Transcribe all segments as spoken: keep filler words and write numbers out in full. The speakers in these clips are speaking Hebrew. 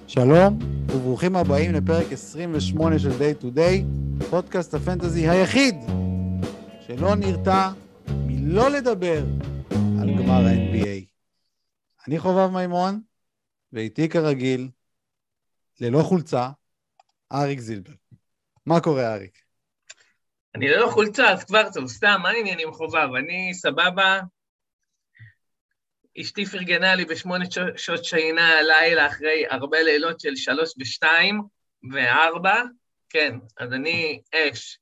שלום וברוכים הבאים לפרק עשרים ושמונה של Day to Day, פודקאסט הפנטזי היחיד שלא נרתע מלא לדבר על גמר ה-אן בי איי. אני חובב מימון, ואיתי כרגיל, ללא חולצה, אריק זילבר. מה קורה, אריק? אני ללא חולצה, אז כבר טוב, סתם, מה העניינים חובב? אני סבבה, אשתי פרגנה לי בשמונה שעות שינה לילה אחרי הרבה לילות של שלוש ושתיים וארבע, כן, אז אני אש.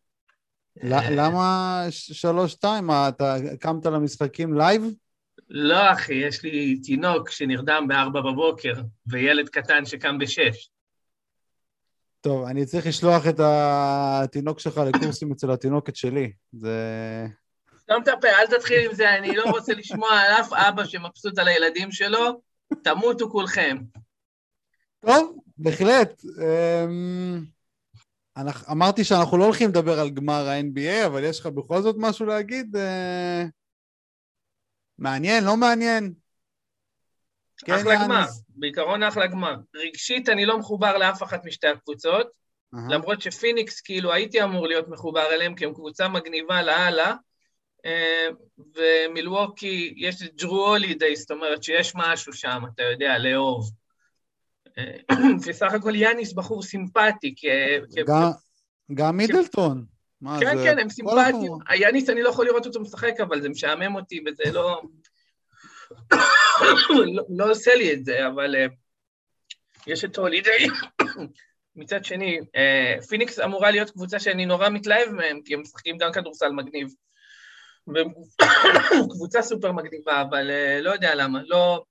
למה שלוש שתיים? אתה קמת למשחקים לייב? לא אחי, יש לי תינוק שנרדם בארבע בבוקר, וילד קטן שקם בשש. טוב, אני צריך לשלוח את התינוק שלך לקורסים אצל התינוקת שלי. זה... סתם תפה, אל תתחיל עם זה, אני לא רוצה לשמוע על אף אבא שמבסוט על הילדים שלו, תמותו כולכם. טוב, בהחלט. אמרתי שאנחנו לא הולכים לדבר על גמר ה-אן בי איי, אבל יש לך בכל זאת משהו להגיד? מעניין, לא מעניין? אחלה גמר, בעיקרון אחלה גמר. רגשית אני לא מחובר לאף אחת משתי הקבוצות, למרות שפיניקס כאילו הייתי אמור להיות מחובר אליהם, כי הם קבוצה מגניבה להלאה, ומילווקי יש את ג'רו הולידיי, זאת אומרת שיש משהו שם, אתה יודע, לאהוב. וסך הכל יאניס בחור סימפטי. גם מידלטון. כן, כן, הם סימפטיים. יאניס אני לא יכול לראות אותו משחק, אבל זה משעמם אותי, וזה לא... לא עושה לי את זה, אבל יש את הולידיי. מצד שני, פיניקס אמורה להיות קבוצה שאני נורא מתלהב מהם, כי הם משחקים גם כדורסל מגניב. קבוצה סופר מגניבה, אבל לא יודע למה, לא...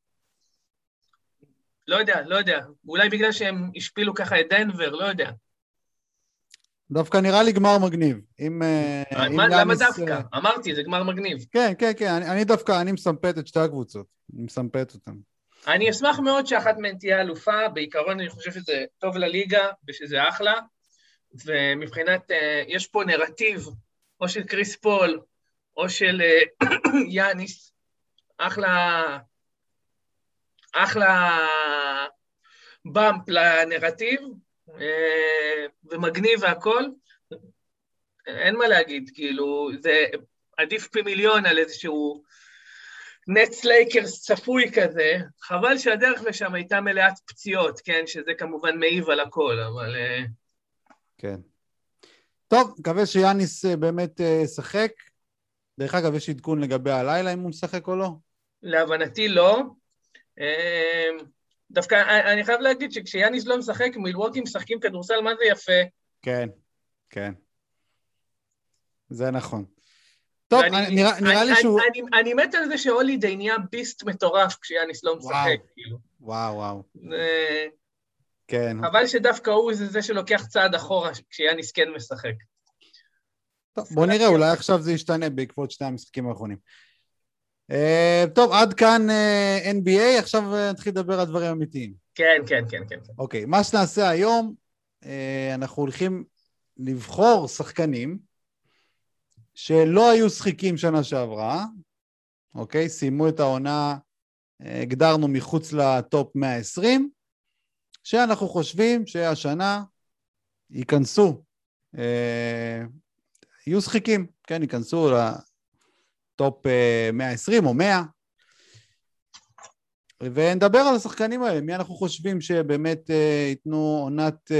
לא יודע, לא יודע. אולי בגלל שהם השפילו ככה את דנבר, לא יודע. דווקא נראה לי גמר מגניב. למה דווקא? אמרתי, זה גמר מגניב. כן, כן, כן. אני דווקא, אני מסמפת את שתי הקבוצות. אני מסמפת אותן. אני אשמח מאוד שאחת מהן תהיה אלופה. בעיקרון אני חושב שזה טוב לליגה, ושזה אחלה. ומבחינת, יש פה נרטיב, או של קריס פול, או של יאניס. אחלה... אחלה במפ לנרטיב, ומגניב והכל, אין מה להגיד, כאילו, זה עדיף פי מיליון על איזשהו נטס לייקרס צפוי כזה, חבל שהדרך לשם הייתה מלאת פציעות, כן, שזה כמובן מעיב על הכל, אבל... כן. טוב, מקווה שיאניס באמת שחק, דרך אגב, יש עדכון לגבי הלילה, אם הוא משחק או לא? להבנתי לא, דווקא אני חייב להגיד שכשיאניס לא משחק, מילווקי משחקים כדורסל, מה זה יפה? כן, כן. זה נכון. טוב, נראה לי שהוא... אני מת על זה שהולידיי נהיה ביסט מטורף כשיאניס לא משחק. וואו, וואו. כן. אבל שדווקא הוא זה זה שלוקח צעד אחורה כשיאניס כן משחק. טוב, בוא נראה, אולי עכשיו זה ישתנה בעקבות שני המשחקים האחרונים. טוב, עד כאן אן בי איי, עכשיו נתחיל לדבר על דברים אמיתיים. כן, כן, כן, כן. אוקיי, מה שנעשה היום, אנחנו הולכים לבחור שחקנים שלא היו שחיקים שנה שעברה, אוקיי, סיימו את העונה, הגדרנו מחוץ לטופ מאה ועשרים, שאנחנו חושבים שהשנה ייכנסו, יהיו שחיקים, כן, ייכנסו ל... טופ מאה ועשרים או מאה, ונדבר על השחקנים האלה, מי אנחנו חושבים שבאמת ייתנו עונת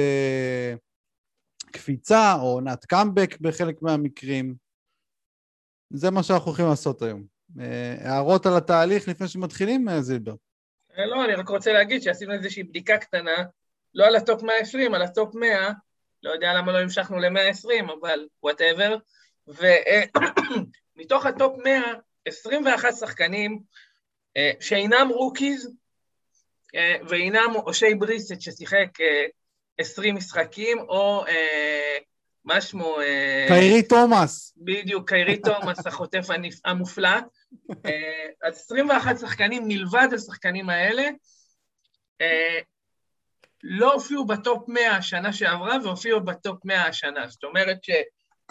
קפיצה, או עונת קאמבק בחלק מהמקרים. זה מה שאנחנו הולכים לעשות היום. הערות על התהליך לפני שמתחילים, זילבר? לא, אני רק רוצה להגיד שעשינו איזושהי בדיקה קטנה, לא על הטופ מאה ועשרים, על הטופ מאה, לא יודע למה לא המשכנו ל-מאה ועשרים, אבל whatever, ו... מתוך הטופ מאה, עשרים ואחד שחקנים שאינם רוקיז, ואינם אושי בריסט ששיחק עשרים משחקים, או מה שמו... קיירי תומאס. בדיוק, קיירי תומאס, החוטף המופלא. אז עשרים ואחד שחקנים מלבד השחקנים האלה, לא הופיעו בטופ מאה השנה שעברה, והופיעו בטופ מאה השנה. זאת אומרת ש...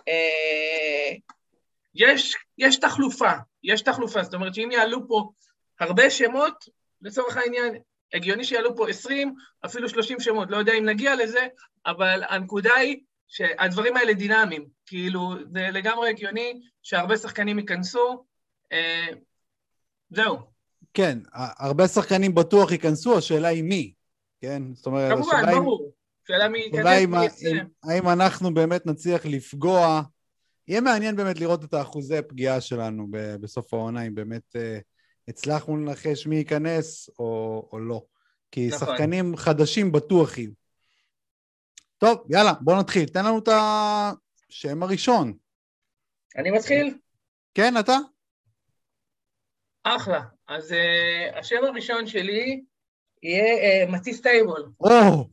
יש, יש תחלופה, יש תחלופה, זאת אומרת שאם יעלו פה הרבה שמות, לצורך העניין, הגיוני שיעלו פה עשרים, אפילו שלושים שמות, לא יודע אם נגיע לזה, אבל הנקודה היא שהדברים האלה דינמיים, כאילו זה לגמרי הגיוני שהרבה שחקנים ייכנסו, אה, זהו. כן, הרבה שחקנים בטוח ייכנסו, השאלה היא מי, כן? זאת אומרת, כמובן, השאלה ברור. שאלה מי ייכנס, אם, מי יצא. אם, האם אנחנו באמת נצליח לפגוע, יהיה מעניין באמת לראות את האחוזי פגיעה שלנו ב, בסוף העונה, אם באמת אה, הצלחנו לנחש מי ייכנס או, או לא. כי נכון. שחקנים חדשים בטוח יהיו. טוב, יאללה, בוא נתחיל. תן לנו את השם הראשון. אני מתחיל? כן, אתה? אחלה. אז uh, השם הראשון שלי יהיה uh, מטיס טייבול. או!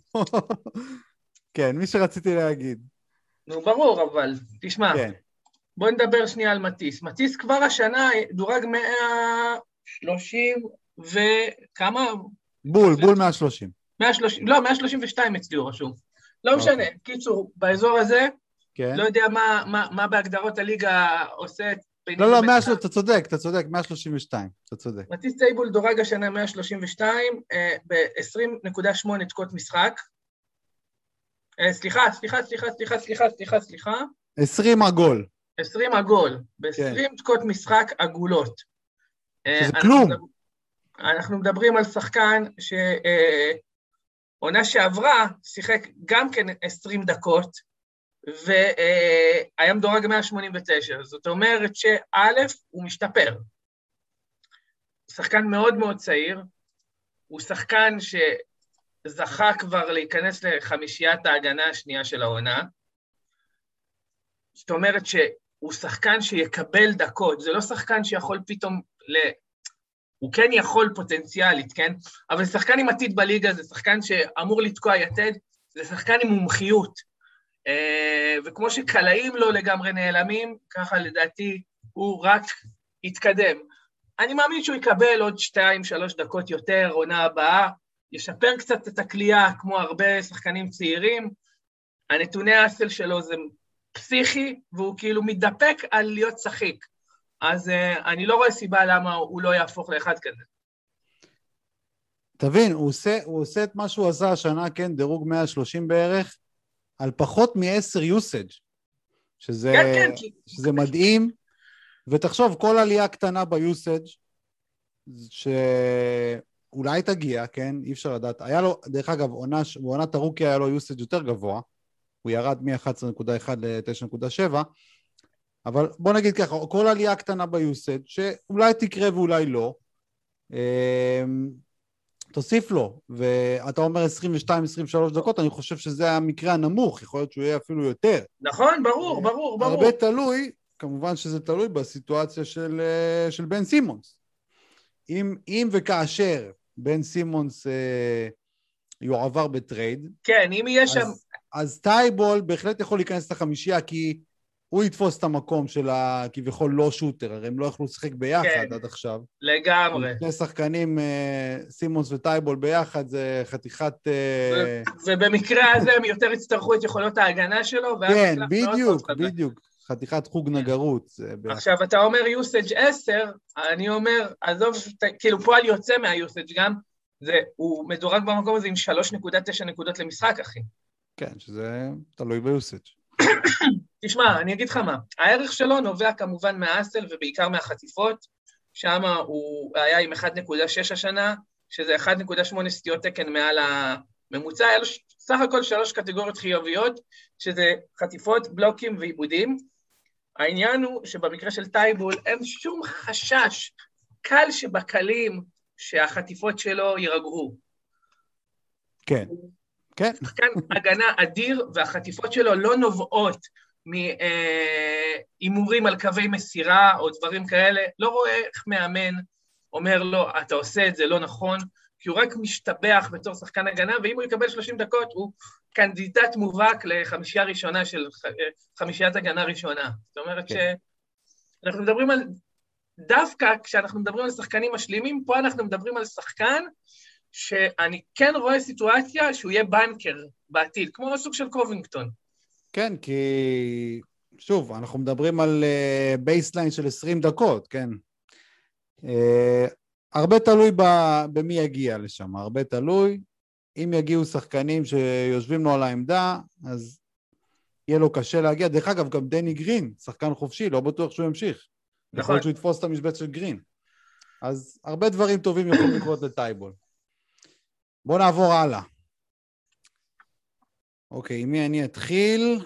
כן, מי שרציתי להגיד. נו, ברור, אבל תשמע. כן. בוא נדבר שנייה על מטיס. מטיס כבר השנה דורג מאה שלושים וכמה? בול, בול מאה שלושים. מאה שלושים, לא, מאה שלושים ושתיים אצלי הוא רשום. לא משנה, okay. קיצור, באזור הזה, כן. לא יודע מה, מה, מה בהגדרות הליגה עושה. לא, לא, מאה שלושים, אתה צודק, אתה צודק, מאה שלושים ושתיים, אתה צודק. מטיס טייבול דורג השנה מאה שלושים ושתיים, אה, ב-עשרים נקודה שמונה דקות משחק. אה, סליחה, סליחה, סליחה, סליחה, סליחה, סליחה, סליחה. עשרים עגול. עשרים עגול, ב-עשרים כן. דקות משחק עגולות. שזה כלום. מדבר, אנחנו מדברים על שחקן שעונה שעברה שיחק גם כן עשרים דקות, והיה מדורג מאה שמונים ותשע, זאת אומרת שא' הוא משתפר. שחקן מאוד מאוד צעיר, הוא שחקן שזכה כבר להיכנס לחמישיית ההגנה השנייה של העונה, זאת אומרת שהוא שחקן שיקבל דקות, זה לא שחקן שיכול פתאום, ל... הוא כן יכול פוטנציאלית, כן? אבל שחקן עם עתיד בליגה, זה שחקן שאמור לתקוע יתד, זה שחקן עם מומחיות, וכמו שקלעים לו לגמרי נעלמים, ככה לדעתי הוא רק יתקדם. אני מאמין שהוא יקבל עוד שתיים, שלוש דקות יותר, עונה הבאה, ישפר קצת את הקליעה, כמו הרבה שחקנים צעירים, הנתוני האסל שלו זה פסיכי, והוא כאילו מתדפק על להיות שחיק. אז uh, אני לא רואה סיבה למה הוא לא יהפוך לאחד כזה. תבין, הוא עושה, הוא עושה את מה שהוא עשה השנה, כן, דירוג מאה ושלושים בערך, על פחות מ-עשר usage, שזה, כן, כן, כי... שזה מדהים, ותחשוב, כל עלייה קטנה ב-usage, שאולי תגיע, כן, אי אפשר לדעת, היה לו, דרך אגב, בעונת הרוקי היה לו usage יותר גבוה, הוא ירד מ-אחת עשרה נקודה אחת ל-תשע נקודה שבע, אבל בוא נגיד ככה, כל עלייה קטנה ביוסד, שאולי תקרה ואולי לא, תוסיף לו, ואתה אומר עשרים ושתיים עשרים ושלוש דקות, אני חושב שזה המקרה הנמוך, יכול להיות שהוא יהיה אפילו יותר. נכון, ברור, ברור, ברור. הרבה תלוי, כמובן שזה תלוי בסיטואציה של, של בן סימונס. אם, אם וכאשר בן סימונס אה, יועבר בטרייד, כן, אם יהיה שם... אז, אז טייבול בהחלט יכול להיכנס לחמישייה, כי הוא יתפוס את המקום של הכביכול לא שוטר, הרי הם לא יכלו לשחק ביחד כן, עד עכשיו. לגמרי. שני שחקנים, סימונס וטייבול ביחד, זה חתיכת... ו- ובמקרה הזה הם יותר יצטרכו את יכולות ההגנה שלו, כן, בדיוק, בדיוק. חתיכת חוג נגרות. עכשיו, אתה אומר יוסאג' עשר, אני אומר, עזוב, כאילו פועל יוצא מהיוסאג' גם, הוא מדורג במקום הזה עם שלוש נקודה תשע נקודות למשחק, אחי. כן, שזה תלוי ביוסאג'. תשמע, אני אגיד לך מה, הערך שלו נובע כמובן מהאסל ובעיקר מהחטיפות, שם הוא היה עם אחת נקודה שש השנה, שזה אחת נקודה שמונה סטיות תקן מעל הממוצע, היה לו סך הכל שלוש קטגוריות חיוביות, שזה חטיפות, בלוקים ועיבודים. העניין הוא שבמקרה של טייבול אין שום חשש, קל שבקלים שהחטיפות שלו יירגעו. כן. כן. שחקן הגנה אדיר, והחטיפות שלו לא נובעות מאימורים על קווי מסירה או דברים כאלה, לא רואה איך מאמן אומר לו, אתה עושה את זה לא נכון, כי הוא רק משתבח בתור שחקן הגנה, ואם הוא יקבל שלושים דקות, הוא קנדידט מובהק לחמישייה ראשונה של חמישיית הגנה ראשונה. זאת אומרת שאנחנו מדברים על, דווקא כשאנחנו מדברים על שחקנים משלימים, פה אנחנו מדברים על שחקן, שאני כן רואה סיטואציה שהוא יהיה בנקר בעתיד, כמו סוג של קובינגטון. כן, כי שוב, אנחנו מדברים על בייסליין של עשרים דקות, כן. הרבה תלוי במי יגיע לשם, הרבה תלוי. אם יגיעו שחקנים שיושבים לו על העמדה, אז יהיה לו קשה להגיע. דרך אגב, גם דני גרין, שחקן חופשי, לא בטוח שהוא ימשיך. נכון. יכול להיות שהוא יתפוס את המשבצת של גרין. אז הרבה דברים טובים יכולים לקרות לטייבול. בואו נעבור הלאה. אוקיי, עם מי אני אתחיל?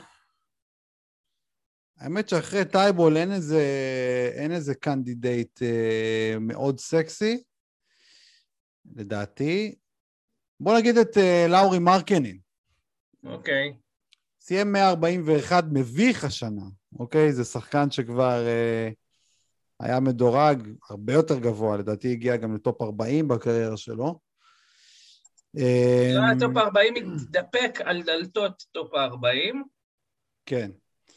האמת שאחרי טייבול אין איזה, אין איזה קנדידייט אה, מאוד סקסי, לדעתי. בואו נגיד את אה, לאורי מרקנין. אוקיי. סיים מאה ארבעים ואחת מביך השנה, אוקיי? זה שחקן שכבר אה, היה מדורג הרבה יותר גבוה, לדעתי הגיע גם לטופ ארבעים בקריירה שלו. לא, הטופ ארבעים מתדפק על דלתות טופ ארבעים. כן.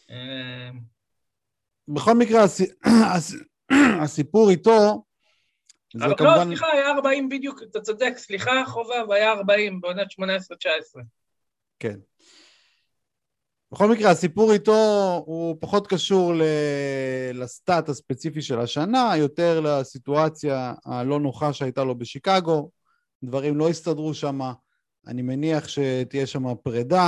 בכל מקרה, הסיפור איתו, אבל לא, סליחה, היה ארבעים בדיוק, אתה צודק, סליחה, חובב, היה ארבעים בעונת שמונה עשרה תשע עשרה. כן. בכל מקרה, הסיפור איתו הוא פחות קשור לסטאט הספציפי של השנה, יותר לסיטואציה הלא נוחה שהייתה לו בשיקגו, דברים לא הסתדרו שם, אני מניח שתהיה שם פרידה,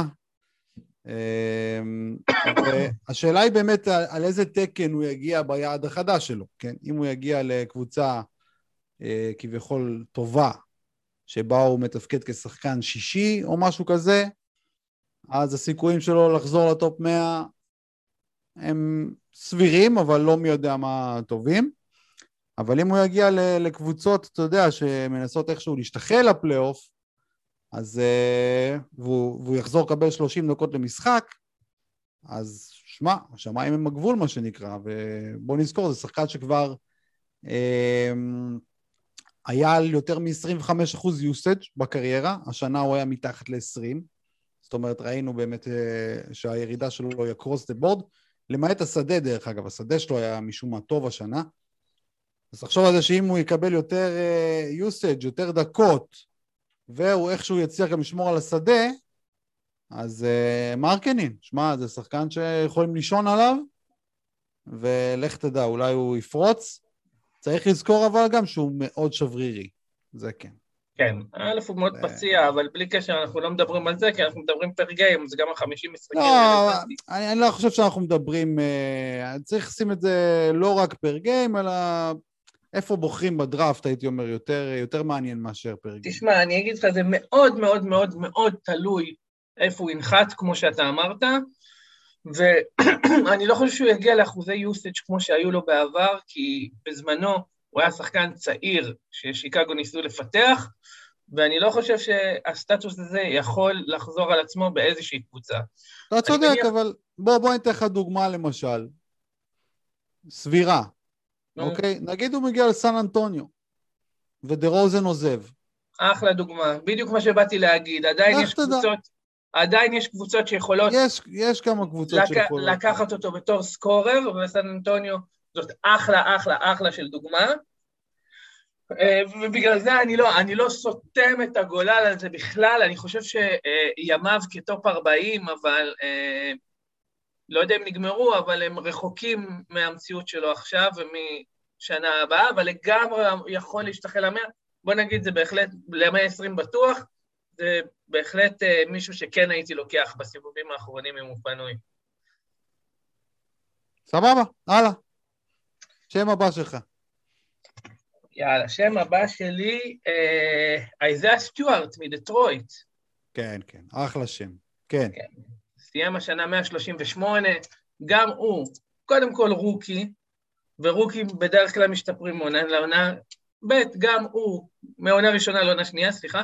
והשאלה היא באמת על איזה תקן הוא יגיע ביעד החדש שלו, כן? אם הוא יגיע לקבוצה כביכול טובה, שבה הוא מתפקד כשחקן שישי או משהו כזה, אז הסיכויים שלו לחזור לטופ מאה הם סבירים, אבל לא מי יודע מה טובים. אבל אם הוא יגיע לקבוצות, אתה יודע, שמנסות איכשהו להשתחל לפלייאוף, אז והוא, והוא יחזור לקבל שלושים דקות למשחק, אז שמע, השמיים הם הגבול מה שנקרא, ובוא נזכור, זה שחקן שכבר אה, היה על יותר מ-עשרים וחמישה אחוז יוסאג' בקריירה, השנה הוא היה מתחת ל-עשרים, זאת אומרת, ראינו באמת אה, שהירידה שלו היא across the board, למעט השדה דרך אגב, השדה שלו היה משום מה טוב השנה, אז תחשוב על זה שאם הוא יקבל יותר אה, יוסאג', יותר דקות, והוא איכשהו יצליח גם לשמור על השדה, אז uh, מרקנין, שמע, זה שחקן שיכולים לישון עליו, ולך תדע, אולי הוא יפרוץ, צריך לזכור אבל גם שהוא מאוד שברירי, זה כן. כן, א' הוא מאוד פציע, אבל בלי קשר אנחנו לא מדברים על זה, כי אנחנו מדברים פר גיים, זה גם ה-חמישים משחקים. לא, אני, אני לא חושב שאנחנו מדברים, uh, צריך לשים את זה לא רק פר גיים, אלא איפה בוחרים בדראפט, הייתי אומר, יותר, יותר מעניין מאשר פר גיים. תשמע, אני אגיד לך, זה מאוד מאוד מאוד מאוד תלוי, איפה הוא ינחת, כמו שאתה אמרת, ואני לא חושב שהוא יגיע לאחוזי יוסאג' כמו שהיו לו בעבר, כי בזמנו הוא היה שחקן צעיר ששיקגו ניסו לפתח, ואני לא חושב שהסטטוס הזה יכול לחזור על עצמו באיזושהי קבוצה. אתה צודק, מניח... אבל בוא, בוא ניתן לך דוגמה למשל, סבירה, אוקיי? נגיד הוא מגיע לסן אנטוניו, ודרוזן עוזב. אחלה דוגמה, בדיוק מה שבאתי להגיד, עדיין יש קבוצות, עדיין יש קבוצות שיכולות... יש, יש כמה קבוצות לק... שיכולות. לקחת אותו בתור סקורר, וסן אנטוניו זאת אחלה, אחלה, אחלה של דוגמה, ובגלל זה אני לא, אני לא סותם את הגולל על זה בכלל, אני חושב שימיו כטופ ארבעים, אבל לא יודע אם נגמרו, אבל הם רחוקים מהמציאות שלו עכשיו ומשנה הבאה, אבל לגמרי יכול להשתחל למאה, בוא נגיד זה בהחלט ל-מאה ועשרים בטוח, זה בהחלט מישהו שכן הייתי לוקח בסיבובים האחרונים אם הוא פנוי. סבבה, הלאה. שם הבא שלך. יאללה, שם הבא שלי, איזיה סטיוארט מדטרויט. כן, כן, אחלה שם. כן. כן. סיים השנה מאה שלושים ושמונה, גם הוא, קודם כל רוקי, ורוקי בדרך כלל משתפרים מעונה לעונה, ב' גם הוא, מעונה ראשונה לעונה שנייה, סליחה,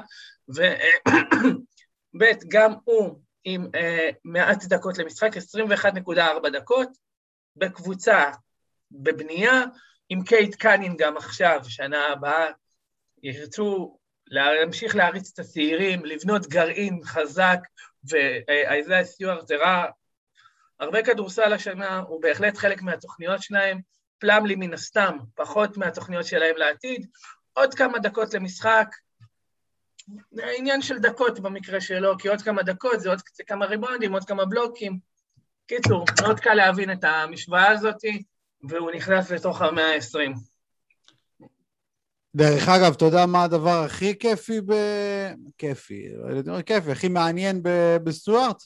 וב' גם הוא עם uh, מעט דקות למשחק, עשרים ואחת נקודה ארבע דקות, בקבוצה בבנייה, עם קייט קנינגהם עכשיו, שנה הבאה, ירצו להמשיך להריץ את הצעירים, לבנות גרעין חזק, ואיזיה סטיוארט הראה הרבה כדורסל השנה, הוא בהחלט חלק מהתוכניות שלהם, פלמלי מן הסתם, פחות מהתוכניות שלהם לעתיד, עוד כמה דקות למשחק, העניין של דקות במקרה שלו, כי עוד כמה דקות זה עוד כמה ריבאונדים, עוד כמה בלוקים, קיצור, מאוד קל להבין את המשוואה הזאת, והוא נכנס לתוך המאה העשרים. דרך אגב, אתה יודע מה הדבר הכי כיפי ב... כיפי, לא כיפי, הכי מעניין ב... בסטוארט?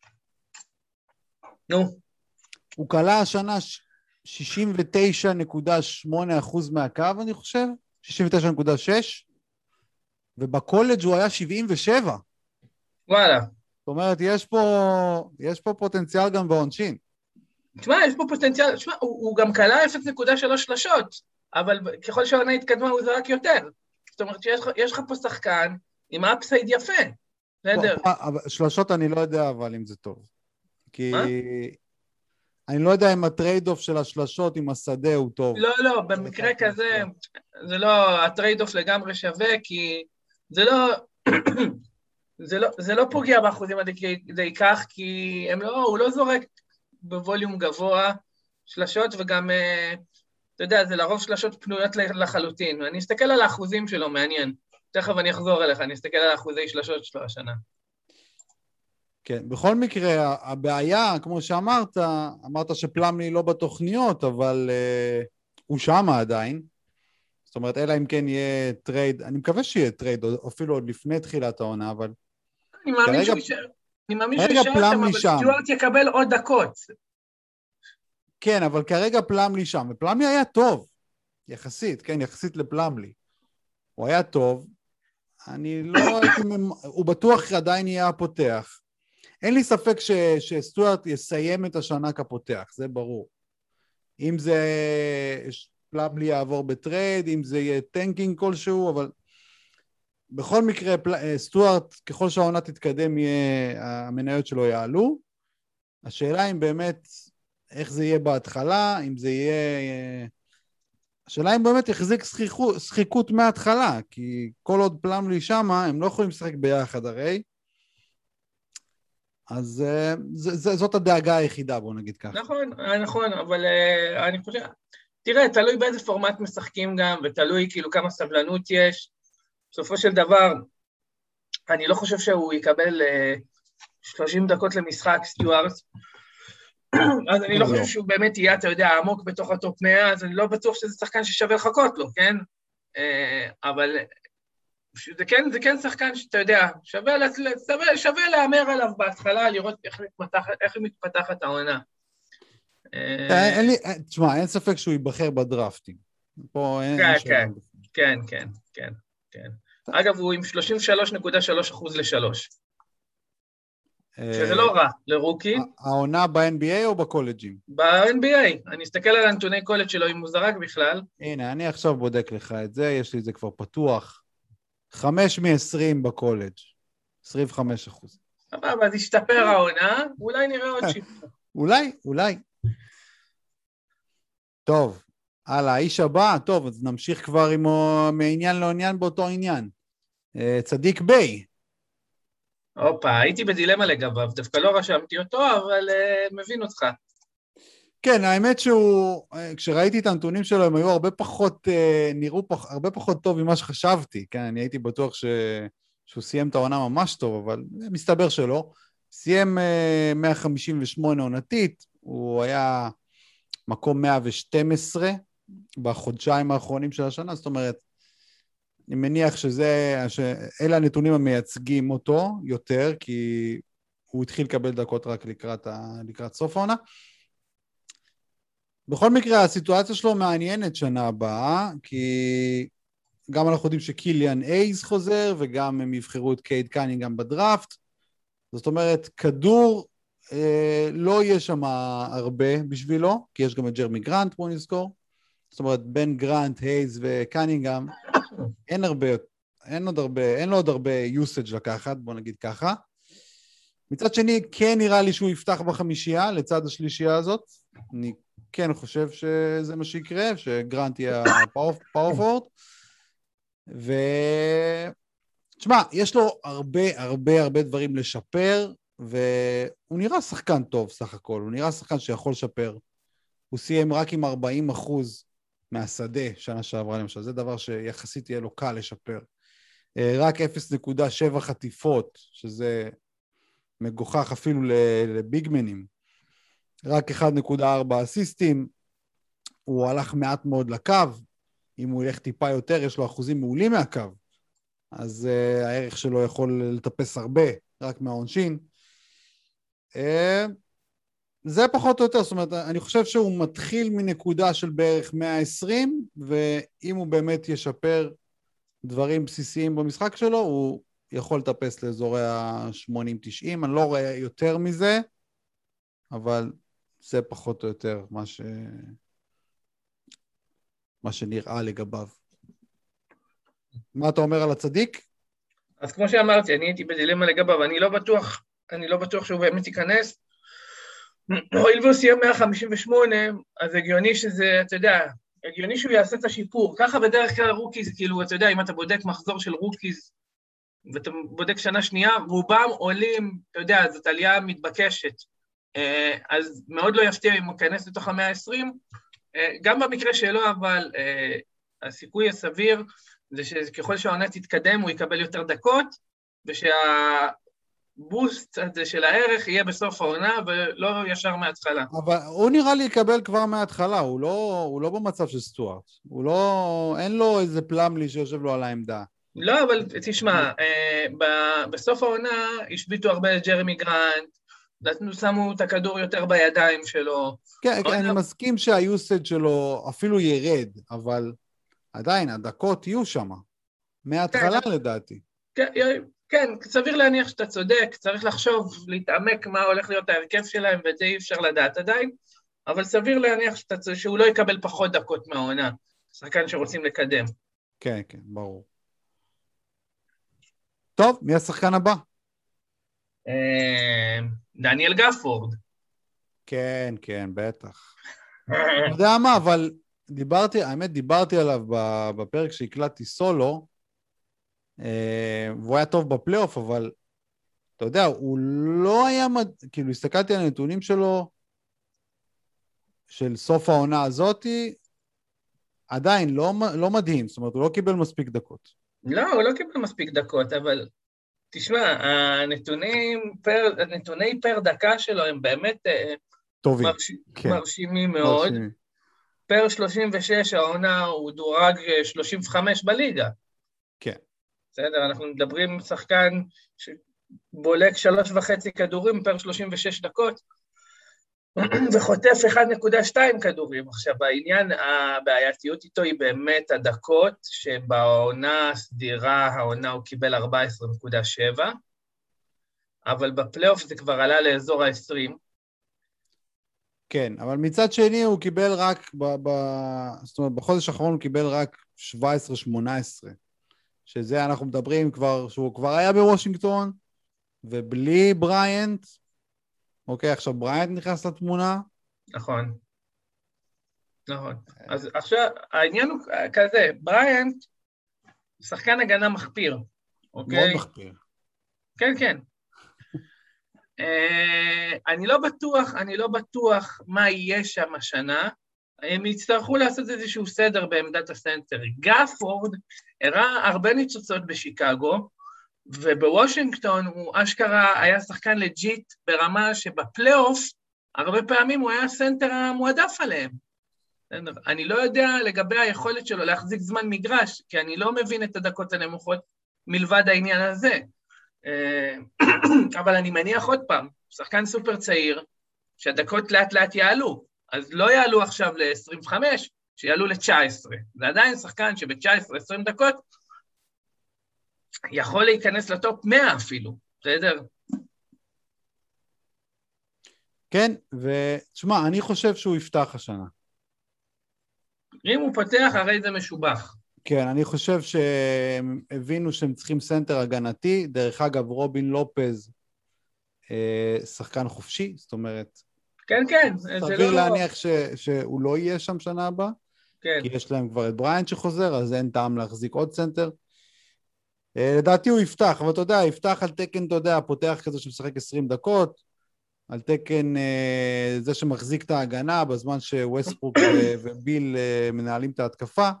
נו. הוא קלה השנה שישים ותשע נקודה שמונה אחוז מהקו, אני חושב, שישים ותשע נקודה שש, ובקולג' הוא היה שבעים ושבע. וואלה. זאת אומרת, יש פה, יש פה פוטנציאל גם בעונשין. תשמע, יש פה פוטנציאל, תשמע, הוא, הוא גם קלה אפס נקודה שלוש שלשות, אבל ככל שהעונה התקדמה הוא זרק יותר. זאת אומרת שיש יש לך פה שחקן עם אפסייד יפה, בסדר. שלשות אני לא יודע, אבל אם זה טוב. כי... מה? אני לא יודע אם הטרייד אוף של השלשות עם השדה הוא טוב. לא, לא, במקרה כזה, זה לא, הטרייד אוף לגמרי שווה, כי זה לא, זה לא, זה לא פוגע באחוזים עד כדי כך, כי הם לא, הוא לא זורק בווליום גבוה שלשות, וגם, אתה יודע, זה לרוב שלשות פנויות לחלוטין, ואני אסתכל על האחוזים שלו, מעניין. תכף אני אחזור אליך, אני אסתכל על האחוזי שלשות שלו השנה. כן, בכל מקרה, הבעיה, כמו שאמרת, אמרת שפלמלי לא בתוכניות, אבל uh, הוא שמה עדיין. זאת אומרת, אלא אם כן יהיה טרייד, אני מקווה שיהיה טרייד, אפילו עוד לפני תחילת העונה, אבל... אני מאמין שהוא יישאר, אני מאמין שהוא יישאר שם, אבל סטיוארט יקבל עוד דקות. כן, אבל כרגע פלמלי שם, ופלמלי היה טוב, יחסית, כן, יחסית לפלמלי. הוא היה טוב, אני לא הייתי, הוא בטוח עדיין יהיה הפותח. אין לי ספק ש, שסטוארט יסיים את השנה כפותח, זה ברור. אם זה פלמלי יעבור בטרייד, אם זה יהיה טנקינג כלשהו, אבל בכל מקרה, פל... סטוארט, ככל שהעונה תתקדם, יהיה, המניות שלו יעלו. השאלה אם באמת, איך זה יהיה בהתחלה, אם זה יהיה... השאלה אם באמת יחזיק שחיקות, שחיקות מההתחלה, כי כל עוד פלמלי שמה, הם לא יכולים לשחק ביחד הרי, אז ז, ז, זאת הדאגה היחידה, בוא נגיד ככה. נכון, נכון, אבל uh, אני חושב, תראה, תלוי באיזה פורמט משחקים גם, ותלוי כאילו כמה סבלנות יש. בסופו של דבר, אני לא חושב שהוא יקבל uh, שלושים דקות למשחק סטיוארט, אז אני לא חושב שהוא באמת יהיה, אתה יודע, עמוק בתוך הטופ מאה, אז אני לא בטוח שזה שחקן ששווה לחכות לו, כן? Uh, אבל... זה כן, זה כן שחקן שאתה יודע, שווה, שווה, שווה לאמר עליו בהתחלה, לראות איך מתפתחת, איך מתפתחת העונה. אין לי, תשמע, אין ספק שהוא ייבחר בדרפטים. פה אין כן, כן, כן, כן, כן. אגב, הוא עם שלושים ושלוש נקודה שלוש אחוז לשלוש. שזה לא רע, לרוקי. העונה ב-אן בי איי או בקולג'ים? ב-אן בי איי, אני אסתכל על הנתוני קולג' שלו, אם הוא זרק בכלל. הנה, אני עכשיו בודק לך את זה, יש לי את זה כבר פתוח. חמש מ-עשרים בקולג', עשרים וחמישה אחוז. אבל אז ישתפר העונה, אולי נראה עוד שיפור. אולי, אולי. טוב, הלאה, האיש הבא, טוב, אז נמשיך כבר עם מעניין לעניין באותו עניין. צדיק ביי. הופה, הייתי בדילמה לגביו, דווקא לא רשמתי אותו, אבל uh, מבין אותך. כן, האמת שהוא, כשראיתי את הנתונים שלו, הם היו הרבה פחות, נראו פח, הרבה פחות טוב ממה שחשבתי, כן, אני הייתי בטוח ש, שהוא סיים את העונה ממש טוב, אבל מסתבר שלא. סיים מאה חמישים ושמונה עונתית, הוא היה מקום מאה ושתים עשרה בחודשיים האחרונים של השנה, זאת אומרת, אני מניח שזה, שאלה הנתונים המייצגים אותו יותר, כי הוא התחיל לקבל דקות רק לקראת, לקראת סוף העונה. בכל מקרה, הסיטואציה שלו מעניינת שנה הבאה, כי גם אנחנו יודעים שקיליאן אייז חוזר, וגם הם יבחרו את קייד קנינגהאם בדראפט. זאת אומרת, כדור אה, לא יהיה שם הרבה בשבילו, כי יש גם את ג'רמי גרנט, בואו נזכור. זאת אומרת, בין גרנט, אייז וקנינגהאם, אין הרבה, אין עוד הרבה, אין לו עוד הרבה usage לקחת, בואו נגיד ככה. מצד שני, כן נראה לי שהוא יפתח בחמישייה, לצד השלישייה הזאת. אני כן חושב שזה מה שיקרה, שגרנט יהיה הפאורפורד. ו... תשמע, יש לו הרבה הרבה הרבה דברים לשפר, והוא נראה שחקן טוב סך הכל, הוא נראה שחקן שיכול לשפר. הוא סיים רק עם ארבעים אחוז מהשדה שנה שעברה למשל, זה דבר שיחסית יהיה לו קל לשפר. רק אפס נקודה שבע חטיפות, שזה מגוחך אפילו לביגמנים. רק אחד נקודה ארבע אסיסטים, הוא הלך מעט מאוד לקו, אם הוא ילך טיפה יותר, יש לו אחוזים מעולים מהקו, אז uh, הערך שלו יכול לטפס הרבה, רק מהעונשין. Uh, זה פחות או יותר, זאת אומרת, אני חושב שהוא מתחיל מנקודה של בערך מאה ועשרים, ואם הוא באמת ישפר דברים בסיסיים במשחק שלו, הוא יכול לטפס לאזורי ה-שמונים תשעים, אני לא רואה יותר מזה, אבל זה פחות או יותר מה ש... מה שנראה לגביו. מה אתה אומר על הצדיק? אז כמו שאמרתי, אני הייתי בדילמה לגביו, אני לא בטוח, אני לא בטוח שהוא באמת ייכנס. הואיל והוא סיים מאה חמישים ושמונה, אז הגיוני שזה, אתה יודע, הגיוני שהוא יעשה את השיפור. ככה בדרך כלל רוקיז, כאילו, אתה יודע, אם אתה בודק מחזור של רוקיז, ואתה בודק שנה שנייה, רובם עולים, אתה יודע, זאת עלייה מתבקשת. אז מאוד לא יפתיע אם הוא ייכנס לתוך המאה העשרים, גם במקרה שלו, אבל הסיכוי הסביר זה שככל שהעונה תתקדם הוא יקבל יותר דקות, ושהבוסט הזה של הערך יהיה בסוף העונה ולא ישר מההתחלה. אבל הוא נראה לי יקבל כבר מההתחלה, הוא לא, הוא לא במצב של סטוארט, הוא לא, אין לו איזה פלמלי שיושב לו על העמדה. לא, אבל תשמע, בסוף העונה השביתו הרבה ג'רמי גרנט, נתנו, שמו את הכדור יותר בידיים שלו. כן, אני לא... מסכים שהיוסד שלו אפילו ירד, אבל עדיין הדקות יהיו שם, מההתחלה כן, לדעתי. כן, כן, סביר להניח שאתה צודק, צריך לחשוב, להתעמק מה הולך להיות ההרכב שלהם, ואת זה אי אפשר לדעת עדיין, אבל סביר להניח שאתה, שהוא לא יקבל פחות דקות מהעונה, שחקן שרוצים לקדם. כן, כן, ברור. טוב, מי השחקן הבא? דניאל גפורד. כן, כן, בטח. אתה יודע מה, אבל דיברתי, האמת דיברתי עליו בפרק שהקלטתי סולו, והוא היה טוב בפלייאוף, אבל אתה יודע, הוא לא היה, כאילו הסתכלתי על הנתונים שלו, של סוף העונה הזאת, עדיין לא, לא מדהים, זאת אומרת, הוא לא קיבל מספיק דקות. לא, הוא לא קיבל מספיק דקות, אבל תשמע, הנתונים פר, הנתוני פר דקה שלו הם באמת טובים, מרש... כן. מרשימים מאוד. מרשימים. פר שלושים ושש העונה הוא דורג שלושים וחמש בליגה. כן. בסדר, אנחנו מדברים שחקן שבולק שלוש וחצי כדורים פר שלושים ושש דקות, וחוטף אחד נקודה שתיים כדורים. עכשיו, העניין, הבעייתיות איתו היא באמת הדקות, שבעונה הסדירה, העונה הוא קיבל ארבע עשרה נקודה שבע, אבל בפלייאוף זה כבר עלה לאזור ה-עשרים. כן, אבל מצד שני הוא קיבל רק, ב, ב, זאת אומרת, בחודש האחרון הוא קיבל רק שבע עשרה שמונה עשרה, שזה אנחנו מדברים כבר, שהוא כבר היה בוושינגטון, ובלי בריינט, אוקיי, עכשיו בריינט נכנס לתמונה. נכון. נכון. אז עכשיו, העניין הוא כזה, בריינט, שחקן הגנה מחפיר. אוקיי? מאוד מחפיר. כן, כן. אני לא בטוח, אני לא בטוח מה יהיה שם השנה, הם יצטרכו לעשות איזשהו סדר בעמדת הסנטר. גפורד הראה הרבה ניצוצות בשיקגו, ובוושינגטון הוא אשכרה היה שחקן לג'יט ברמה שבפלייאוף, הרבה פעמים הוא היה הסנטר המועדף עליהם. אני לא יודע לגבי היכולת שלו להחזיק זמן מגרש, כי אני לא מבין את הדקות הנמוכות מלבד העניין הזה. אבל אני מניח עוד פעם, שחקן סופר צעיר, שהדקות לאט לאט יעלו, אז לא יעלו עכשיו ל-עשרים וחמש, שיעלו ל-תשע עשרה. זה עדיין שחקן שב-תשע עשרה עשרים דקות, יכול להיכנס לטופ מאה אפילו, בסדר? כן, ותשמע, אני חושב שהוא יפתח השנה. אם הוא פותח, הרי זה משובח. כן, אני חושב שהם הבינו שהם צריכים סנטר הגנתי, דרך אגב, רובין לופז, שחקן חופשי, זאת אומרת, כן, כן, סביר להניח ש, שהוא לא יהיה שם שנה הבאה, כן. כי יש להם כבר את בריינט שחוזר, אז אין טעם להחזיק עוד סנטר. לדעתי הוא יפתח, אבל אתה יודע, יפתח על תקן, אתה יודע, פותח כזה שמשחק עשרים דקות, על תקן זה שמחזיק את ההגנה, בזמן שווסטברוק וביל מנהלים את ההתקפה.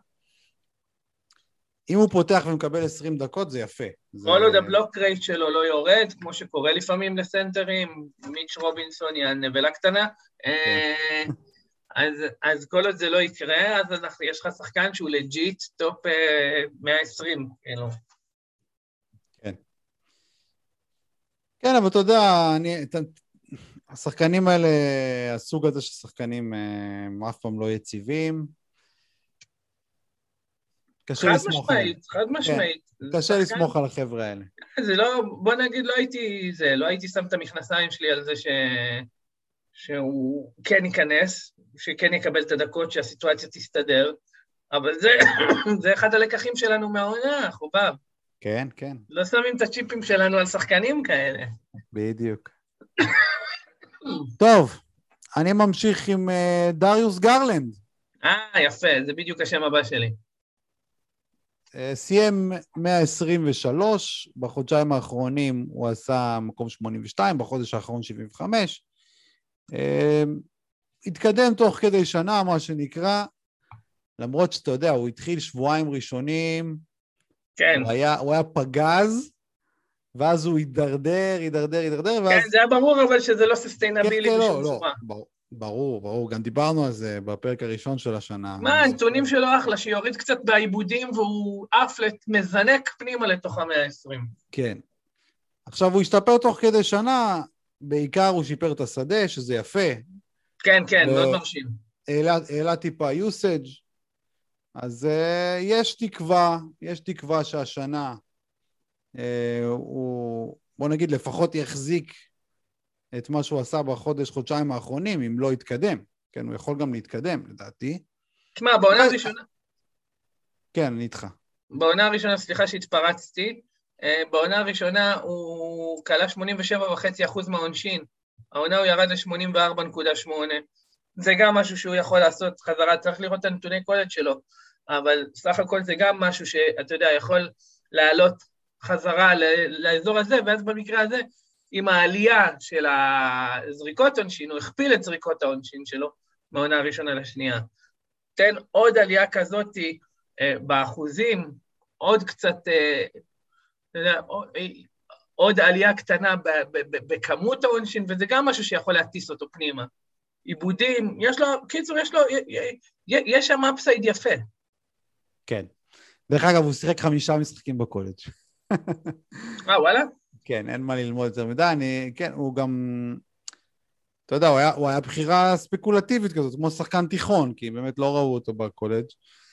אם הוא פותח ומקבל עשרים דקות, זה יפה. כל עוד הבלוק רייט שלו לא יורד, כמו שקורה לפעמים לסנטרים, מיץ' רובינסון היא הנבלה קטנה, אז, אז כל עוד זה לא יקרה, אז אנחנו, יש לך שחקן שהוא לג'יט טופ אה, מאה ועשרים, כאילו. כן. כן, אבל אתה יודע, אני, אתה, השחקנים האלה, הסוג הזה של שחקנים, הם אף פעם לא יציבים. קשה חד לסמוך עליהם. משמעית, חד משמעית. כן, קשה שחקן, לסמוך על החבר'ה האלה. זה לא, בוא נגיד, לא הייתי, זה, לא הייתי שם את המכנסיים שלי על זה ש... שהוא כן ייכנס, שכן יקבל את הדקות שהסיטואציה תסתדר, אבל זה, זה אחד הלקחים שלנו מהעונה, חובב. כן, כן. לא שמים את הצ'יפים שלנו על שחקנים כאלה. בדיוק. טוב, אני ממשיך עם uh, דריוס גרלנד. אה, יפה, זה בדיוק השם הבא שלי. Uh, סיים מאה עשרים ושלוש, בחודשיים האחרונים הוא עשה מקום שמונים ושתיים, בחודש האחרון שבעים וחמש. Uh, התקדם תוך כדי שנה, מה שנקרא, למרות שאתה יודע, הוא התחיל שבועיים ראשונים, כן. הוא היה, הוא היה פגז, ואז הוא הידרדר, הידרדר, הידרדר, ואז... כן, זה היה ברור, אבל שזה לא ססטיינבילי כן, כן, בשום לא, צורה. לא, ברור, ברור, גם דיברנו על זה בפרק הראשון של השנה. מה, הנתונים שלו אחלה, שיוריד קצת בעיבודים, והוא אף מזנק פנימה לתוך המאה העשרים. כן. עכשיו, הוא השתפר תוך כדי שנה, בעיקר הוא שיפר את השדה, שזה יפה. כן, כן, מאוד מרשים. העלה טיפה יוסאג', אז uh, יש תקווה, יש תקווה שהשנה uh, הוא, בוא נגיד, לפחות יחזיק את מה שהוא עשה בחודש, חודשיים האחרונים, אם לא יתקדם. כן, הוא יכול גם להתקדם, לדעתי. תשמע, בעונה הראשונה... כן, אני איתך. בעונה הראשונה, סליחה שהתפרצתי, בעונה הראשונה הוא קלה שמונים ושבע נקודה חמש אחוז מהעונשין, העונה הוא ירד ל-שמונים וארבע נקודה שמונה, זה גם משהו שהוא יכול לעשות חזרה, צריך לראות את הנתוני קולג' שלו, אבל סך הכל זה גם משהו שאתה יודע, יכול לעלות חזרה לאזור הזה, ואז במקרה הזה, עם העלייה של הזריקות עונשין, הוא הכפיל את זריקות העונשין שלו, מהעונה הראשונה לשנייה. תן עוד עלייה כזאת באחוזים, עוד קצת, אתה יודע, עוד עלייה קטנה בכמות העונשין, וזה גם משהו שיכול להטיס אותו פנימה. עיבודים, יש לו, קיצור, יש לו, יש שם אפסייד יפה. כן. דרך אגב, הוא שיחק חמישה משחקים בקולג'. אה, וואלה? כן, אין מה ללמוד יותר מדי, אני, כן, הוא גם, אתה יודע, הוא היה, הוא היה בחירה ספקולטיבית כזאת, כמו שחקן תיכון, כי באמת לא ראו אותו בקולג'.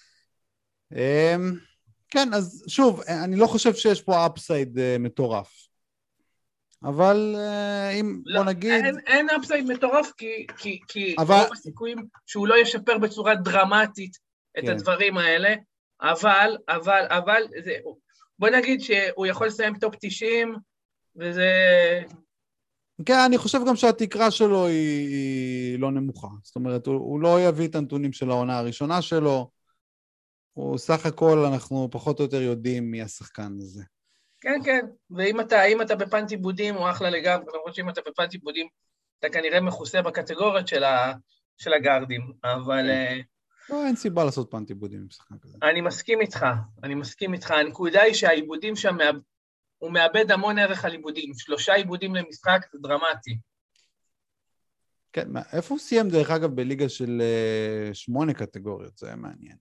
כן, אז שוב, אני לא חושב שיש פה אפסייד מטורף. אבל אם, לא, בוא נגיד... אין, אין אפסייד מטורף, כי, כי, כי אבל... רוב הסיכויים שהוא לא ישפר בצורה דרמטית את כן. הדברים האלה, אבל, אבל, אבל, זה, בוא נגיד שהוא יכול לסיים טופ תשעים, וזה... כן, אני חושב גם שהתקרה שלו היא, היא לא נמוכה. זאת אומרת, הוא, הוא לא יביא את הנתונים של העונה הראשונה שלו, הוא סך הכל, אנחנו פחות או יותר יודעים מי השחקן הזה. כן, כן, ואם אתה, אם אתה בפנט עיבודים, הוא אחלה לגב, למרות שאם אתה בפנט עיבודים, אתה כנראה מכוסה בקטגוריות של, ה, של הגארדים, אבל... לא, אין סיבה לעשות פנט עיבודים עם שחקן כזה. אני מסכים איתך, אני מסכים איתך. הנקודה היא שהעיבודים שם, הוא מאבד המון ערך על עיבודים. שלושה עיבודים למשחק זה דרמטי. כן, איפה הוא סיים דרך אגב בליגה של שמונה קטגוריות? זה היה מעניין.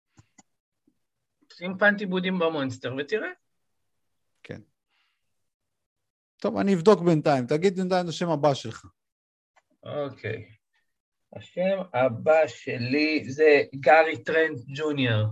שים פנט עיבודים במונסטר ותראה. כן. טוב, אני אבדוק בינתיים. תגיד בינתיים את השם הבא שלך. אוקיי. השם הבא שלי זה גארי טרנט ג'וניור.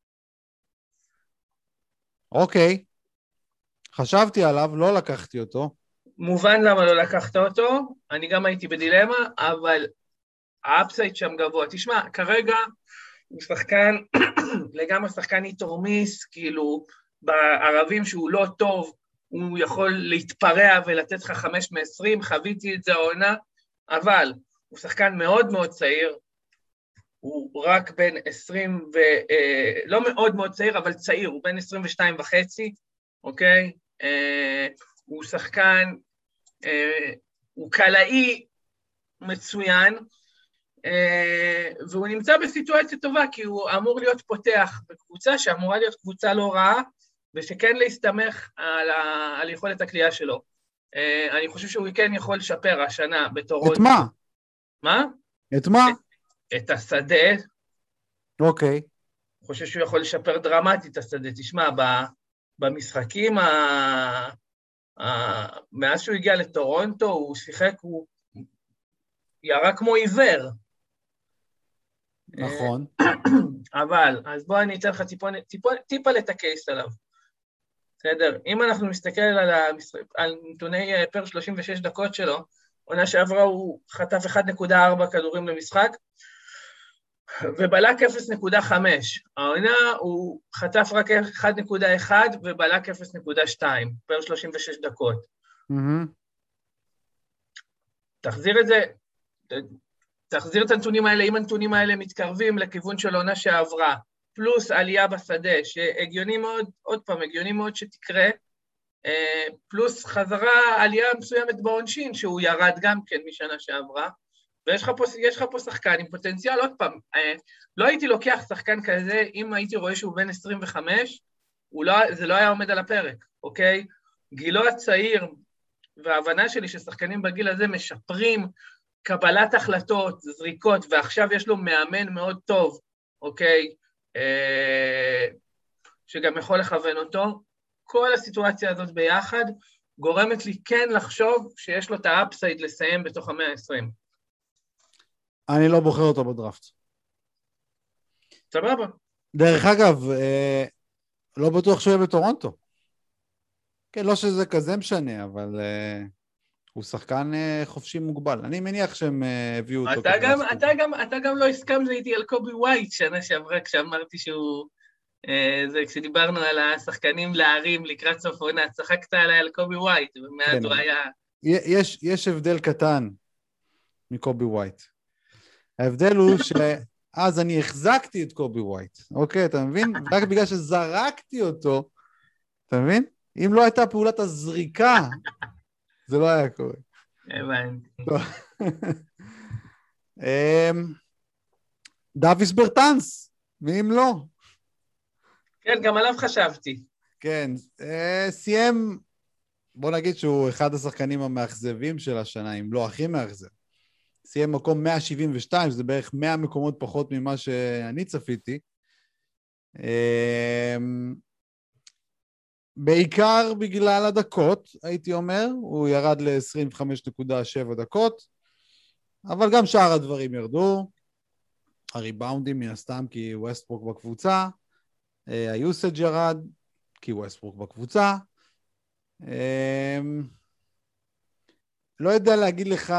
אוקיי. חשבתי עליו, לא לקחתי אותו. מובן למה לא לקחת אותו, אני גם הייתי בדילמה, אבל האפסייד שם גבוה. תשמע, כרגע הוא שחקן, לגמרי שחקן איתורמיס, כאילו בערבים שהוא לא טוב, הוא יכול להתפרע ולתת לך חמש מעשרים, חוויתי את זה העונה, אבל הוא שחקן מאוד מאוד צעיר, הוא רק בין עשרים ו... לא מאוד מאוד צעיר, אבל צעיר, הוא בין עשרים ושתיים וחצי, אוקיי? הוא שחקן, הוא קלעי מצוין, והוא נמצא בסיטואציה טובה, כי הוא אמור להיות פותח בקבוצה שאמורה להיות קבוצה לא רעה, ושכן להסתמך על, ה... על יכולת הקליעה שלו. אני חושב שהוא כן יכול לשפר השנה בתורות. את מה? מה? את מה? את השדה. אוקיי. אני חושב שהוא יכול לשפר דרמטית את השדה. תשמע, במשחקים, ה... ה... מאז שהוא הגיע לטורונטו, הוא שיחק, הוא ירה כמו עיוור. נכון. אבל, אז בוא אני אתן לך טיפה, טיפה, טיפה לתקייס עליו. בסדר? אם אנחנו מסתכל על, המשחק, על נתוני פר שלושים ושש דקות שלו, עונה שעברה הוא חטף אחת נקודה ארבע כדורים למשחק, ובלק אפס נקודה חמש. העונה הוא חטף רק אחת נקודה אחת ובלק אפס נקודה שתיים, פר שלושים ושש דקות. Mm-hmm. תחזיר את זה, תחזיר את הנתונים האלה, אם הנתונים האלה מתקרבים לכיוון של עונה שעברה, פלוס עלייה בשדה, שהגיוני מאוד, עוד פעם, הגיוני מאוד שתקרה, פלוס חזרה עלייה מסוימת בעונשין, שהוא ירד גם כן משנה שעברה, ויש לך פה, יש לך פה שחקן עם פוטנציאל, עוד פעם, לא הייתי לוקח שחקן כזה, אם הייתי רואה שהוא בן עשרים וחמש, לא, זה לא היה עומד על הפרק, אוקיי? גילו הצעיר, וההבנה שלי ששחקנים בגיל הזה משפרים קבלת החלטות, זריקות, ועכשיו יש לו מאמן מאוד טוב, אוקיי? שגם יכול לכוון אותו, כל הסיטואציה הזאת ביחד גורמת לי כן לחשוב שיש לו את האפסייד לסיים בתוך המאה ה-עשרים. אני לא בוחר אותו בדראפט. סבבה. דרך אגב, לא בטוח שהוא יהיה בטורונטו. כן, לא שזה כזה משנה, אבל הוא שחקן חופשי מוגבל. אני מניח שהם הביאו אותו. אתה גם, אתה גם, אתה גם לא הסכמת איתי על קובי ווייט שנה שעברה, כשאמרתי שהוא... זה כשדיברנו על השחקנים להרים לקראת סוף עונה, צחקת עליי על קובי ווייט, ומעט הוא היה... יש, יש הבדל קטן מקובי ווייט. ההבדל הוא שאז אני החזקתי את קובי ווייט, אוקיי, אתה מבין? רק בגלל שזרקתי אותו, אתה מבין? אם לא הייתה פעולת הזריקה, זה לא היה קורה. הבנתי. דוויס ברטנס, ואם לא? כן, גם עליו חשבתי. כן, סיים, בוא נגיד שהוא אחד השחקנים המאכזבים של השנה, אם לא הכי מאכזב. סיים מקום מאה שבעים ושתיים, שזה בערך מאה מקומות פחות ממה שאני צפיתי. בעיקר בגלל הדקות, הייתי אומר, הוא ירד ל-עשרים וחמש נקודה שבע דקות, אבל גם שאר הדברים ירדו. הריבאונדים מן הסתם כי ווסטברוק בקבוצה, היוסאג' ירד כי ווסטברוק בקבוצה. לא יודע להגיד לך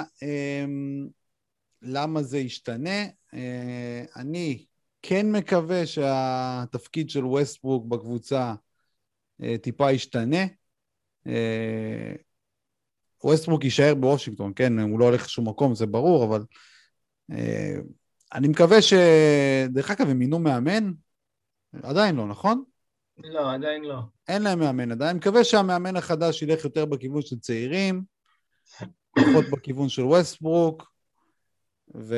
למה זה ישתנה. אני כן מקווה שהתפקיד של ווסטברוק בקבוצה טיפה ישתנה. ווסטברוק יישאר בוושינגטון, כן, הוא לא הולך לשום מקום, זה ברור, אבל אני מקווה ש... דרך אגב, הם מינו מאמן? עדיין לא, נכון? לא, עדיין לא. אין להם מאמן עדיין. אני מקווה שהמאמן החדש ילך יותר בכיוון של צעירים, פחות בכיוון של ווסטברוק, ו...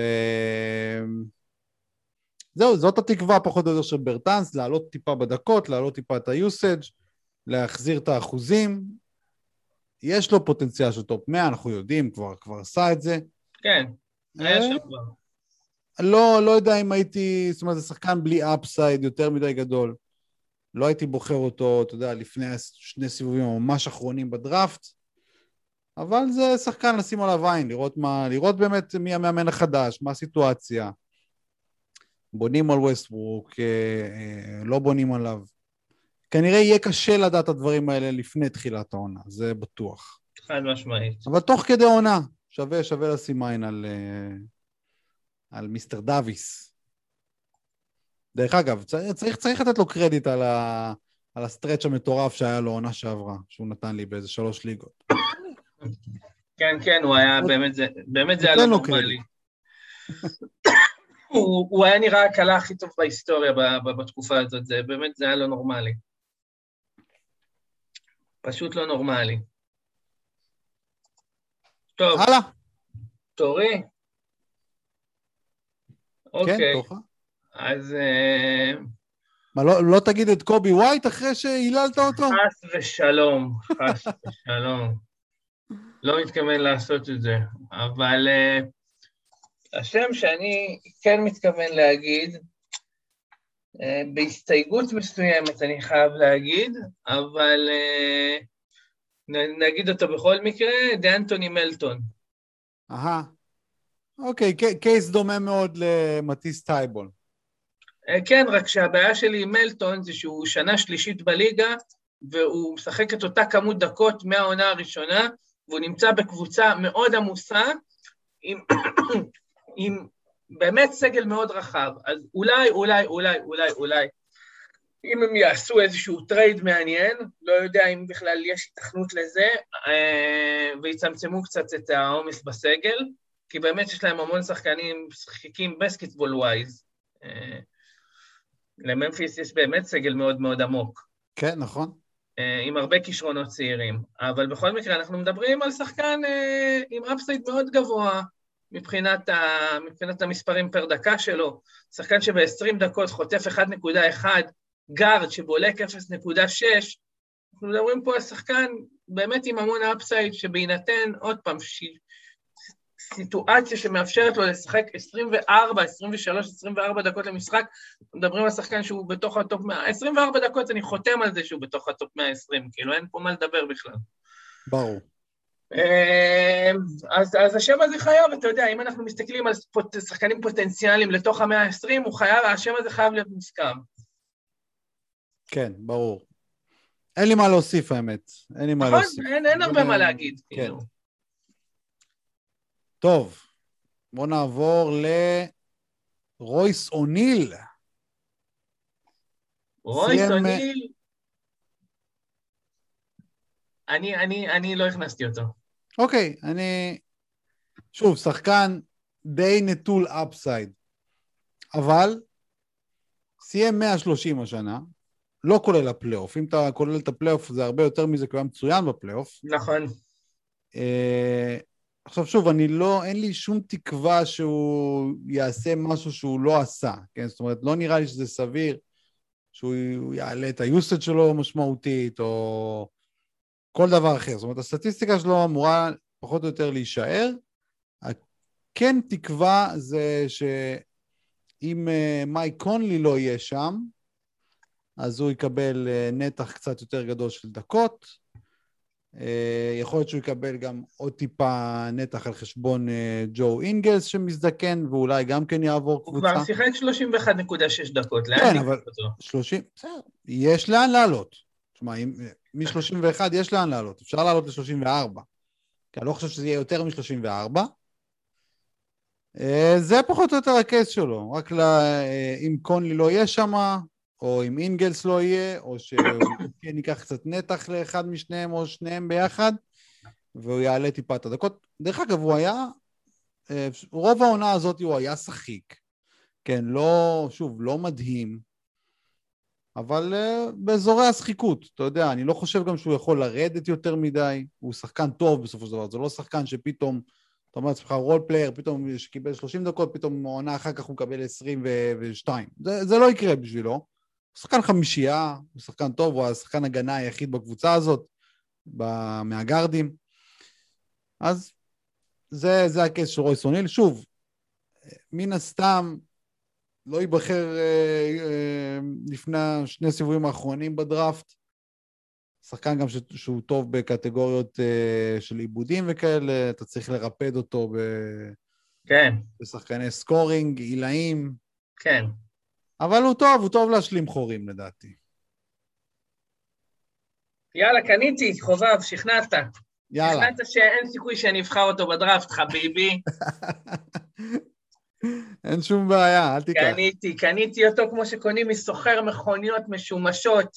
זהו, זאת התקווה פחות או יותר של ברטנס, לעלות טיפה בדקות, לעלות טיפה את היוסאג', להחזיר את האחוזים. יש לו פוטנציאל של טופ מאה, אנחנו יודעים, כבר, כבר עשה את זה. כן, היה שם כבר. לא, לא יודע אם הייתי, זאת אומרת, זה שחקן בלי אפסייד יותר מדי גדול. לא הייתי בוחר אותו, אתה יודע, לפני שני סיבובים ממש אחרונים בדראפט, אבל זה שחקן לשים עליו עין, לראות מה, לראות באמת מי המאמן החדש, מה הסיטואציה. בונים על ווסטברוק, לא בונים עליו. כנראה יהיה קשה לדעת את הדברים האלה לפני תחילת העונה, זה בטוח. חד משמעית. אבל תוך כדי עונה, שווה, שווה לשים עין על, על מיסטר דוויס. דרך אגב, צריך, צריך לתת לו קרדיט על, ה, על הסטרץ' המטורף שהיה לו עונה שעברה, שהוא נתן לי באיזה שלוש ליגות. כן, כן, הוא היה, באמת זה, באמת זה היה לא נורמלי. הוא, הוא היה נראה הקלה הכי טוב בהיסטוריה בתקופה הזאת, זה באמת זה היה לא נורמלי. פשוט לא נורמלי. טוב. הלאה. תורי. אוקיי. כן, תורך. אז... מה, לא, לא תגיד את קובי ווייט אחרי שהיללת אותו? חס ושלום, חס ושלום. לא מתכוון לעשות את זה, אבל השם שאני כן מתכוון להגיד, בהסתייגות מסוימת אני חייב להגיד, אבל נגיד אותו בכל מקרה, ד'אנטוני מלטון. אהה. אוקיי, קייס דומה מאוד למטיס טייבול. כן, רק שהבעיה שלי עם מלטון זה שהוא שנה שלישית בליגה, והוא משחק את אותה כמות דקות מהעונה הראשונה, והוא נמצא בקבוצה מאוד עמוסה, עם, עם באמת סגל מאוד רחב. אז אולי, אולי, אולי, אולי, אולי, אם הם יעשו איזשהו טרייד מעניין, לא יודע אם בכלל יש התכנות לזה, ויצמצמו קצת את העומס בסגל, כי באמת יש להם המון שחקנים שחקים בסקטבול ווייז. לממפיס יש באמת סגל מאוד מאוד עמוק. כן, נכון. עם הרבה כישרונות צעירים. אבל בכל מקרה אנחנו מדברים על שחקן עם אפסייד מאוד גבוה, מבחינת, ה... מבחינת המספרים פר דקה שלו. שחקן שב-עשרים דקות חוטף אחד נקודה אחת, גארד שבולק אפס נקודה שש, אנחנו מדברים פה על שחקן באמת עם המון אפסייד, שבהינתן עוד פעם ש... סיטואציה שמאפשרת לו לשחק עשרים וארבע, עשרים ושלוש, עשרים וארבע דקות למשחק, מדברים על שחקן שהוא בתוך הטופ מאה, עשרים וארבע דקות אני חותם על זה שהוא בתוך הטופ מאה ועשרים, כאילו אין פה מה לדבר בכלל. ברור. אז, אז השם הזה חייב, אתה יודע, אם אנחנו מסתכלים על שחקנים פוטנציאליים לתוך המאה העשרים, הוא חייב, השם הזה חייב להיות מוסכם. כן, ברור. אין לי מה להוסיף האמת, אין לי מה נכון? להוסיף. אין, אין הרבה מה להגיד, כן. כאילו. טוב, בואו נעבור לרויס אוניל. רויס סיים... אוניל, אני, אני, אני לא הכנסתי אותו. אוקיי, אני... שוב, שחקן די נטול אפסייד, אבל סיים מאה ושלושים השנה, לא כולל הפלייאוף. אם אתה כולל את הפלייאוף, זה הרבה יותר מזה, כי הוא היה מצוין בפלייאוף. נכון. אה... עכשיו שוב, אני לא, אין לי שום תקווה שהוא יעשה משהו שהוא לא עשה, כן? זאת אומרת, לא נראה לי שזה סביר שהוא יעלה את היוסט שלו משמעותית, או כל דבר אחר. זאת אומרת, הסטטיסטיקה שלו אמורה פחות או יותר להישאר. כן תקווה זה שאם מייק קונלי לא יהיה שם, אז הוא יקבל נתח קצת יותר גדול של דקות, יכול להיות שהוא יקבל גם עוד טיפה נתח על חשבון ג'ו אינגלס שמזדקן, ואולי גם כן יעבור קבוצה. הוא כבר שיחק שלושים ואחת נקודה שש דקות, לאן כן, נקרא אבל אותו? שלושים, בסדר, יש לאן לעלות. תשמע, מ-שלושים ואחת יש לאן לעלות, אפשר לעלות ל-שלושים וארבע, כי אני לא חושב שזה יהיה יותר מ-שלושים וארבע. זה פחות או יותר הקייס שלו, רק אם קונלי לא יהיה שם, או אם אינגלס לא יהיה, או שהוא כן ייקח קצת נתח לאחד משניהם, או שניהם ביחד, והוא יעלה טיפה את הדקות. דרך אגב, הוא היה, רוב העונה הזאת הוא היה שחיק, כן, לא, שוב, לא מדהים, אבל באזורי השחיקות, אתה יודע, אני לא חושב גם שהוא יכול לרדת יותר מדי, הוא שחקן טוב בסופו של דבר, זה לא שחקן שפתאום, אתה אומר לעצמך, רול פלייר, פתאום שקיבל שלושים דקות, פתאום העונה אחר כך הוא מקבל עשרים ושתיים, זה, זה לא יקרה בשבילו, הוא שחקן חמישייה, הוא שחקן טוב, הוא השחקן הגנה היחיד בקבוצה הזאת, מהגארדים, אז זה, זה הקייס של רויס אוניל. שוב, מן הסתם, לא ייבחר אה, אה, לפני שני סיבובים האחרונים בדראפט, שחקן גם ש, שהוא טוב בקטגוריות אה, של עיבודים וכאלה, אתה צריך לרפד אותו ב, כן. בשחקני סקורינג, עילאים, כן. אבל הוא טוב, הוא טוב להשלים חורים לדעתי. יאללה, קניתי, חובב, שכנעת. יאללה. שכנעת שאין סיכוי שאני אבחר אותו בדראפט, חביבי. אין שום בעיה, אל תיקח. קניתי, קניתי אותו כמו שקונים מסוחר מכוניות משומשות,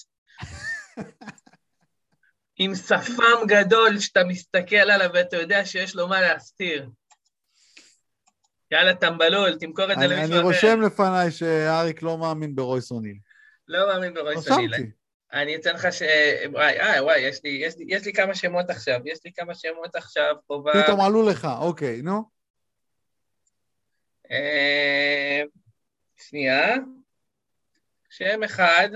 עם שפם גדול שאתה מסתכל עליו ואתה יודע שיש לו מה להסתיר. יאללה, טמבלול, תמכור את זה למישהו אחר. אני רושם לפניי שאריק לא מאמין ברויס אוניל. לא מאמין ברויס אוניל. רשמתי. אני אתן לך ש... וואי, אה, וואי, יש לי, יש לי, יש לי כמה שמות עכשיו, יש לי כמה שמות עכשיו, חובה. פתאום עלו לך, אוקיי, נו. אה... שנייה. שם אחד.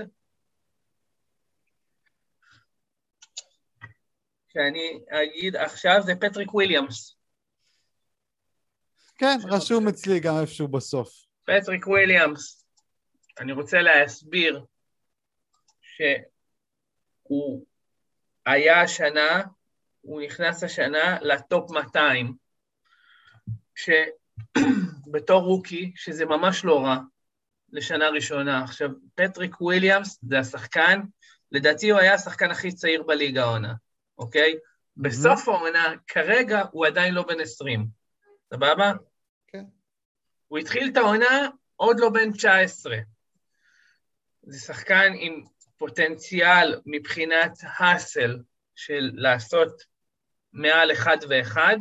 שאני אגיד עכשיו, זה פטריק וויליאמס. כן, רשום אצלי גם איפשהו בסוף. פטריק וויליאמס, אני רוצה להסביר שהוא היה השנה, הוא נכנס השנה לטופ מאתיים, שבתור רוקי, שזה ממש לא רע, לשנה ראשונה. עכשיו, פטריק וויליאמס זה השחקן, לדעתי הוא היה השחקן הכי צעיר בליגה העונה, אוקיי? Mm-hmm. בסוף העונה, כרגע הוא עדיין לא בן עשרים, סבבה? כן. Okay. הוא התחיל את העונה עוד לא בן תשע עשרה. זה שחקן עם פוטנציאל מבחינת הסל של לעשות מעל אחד ואחד.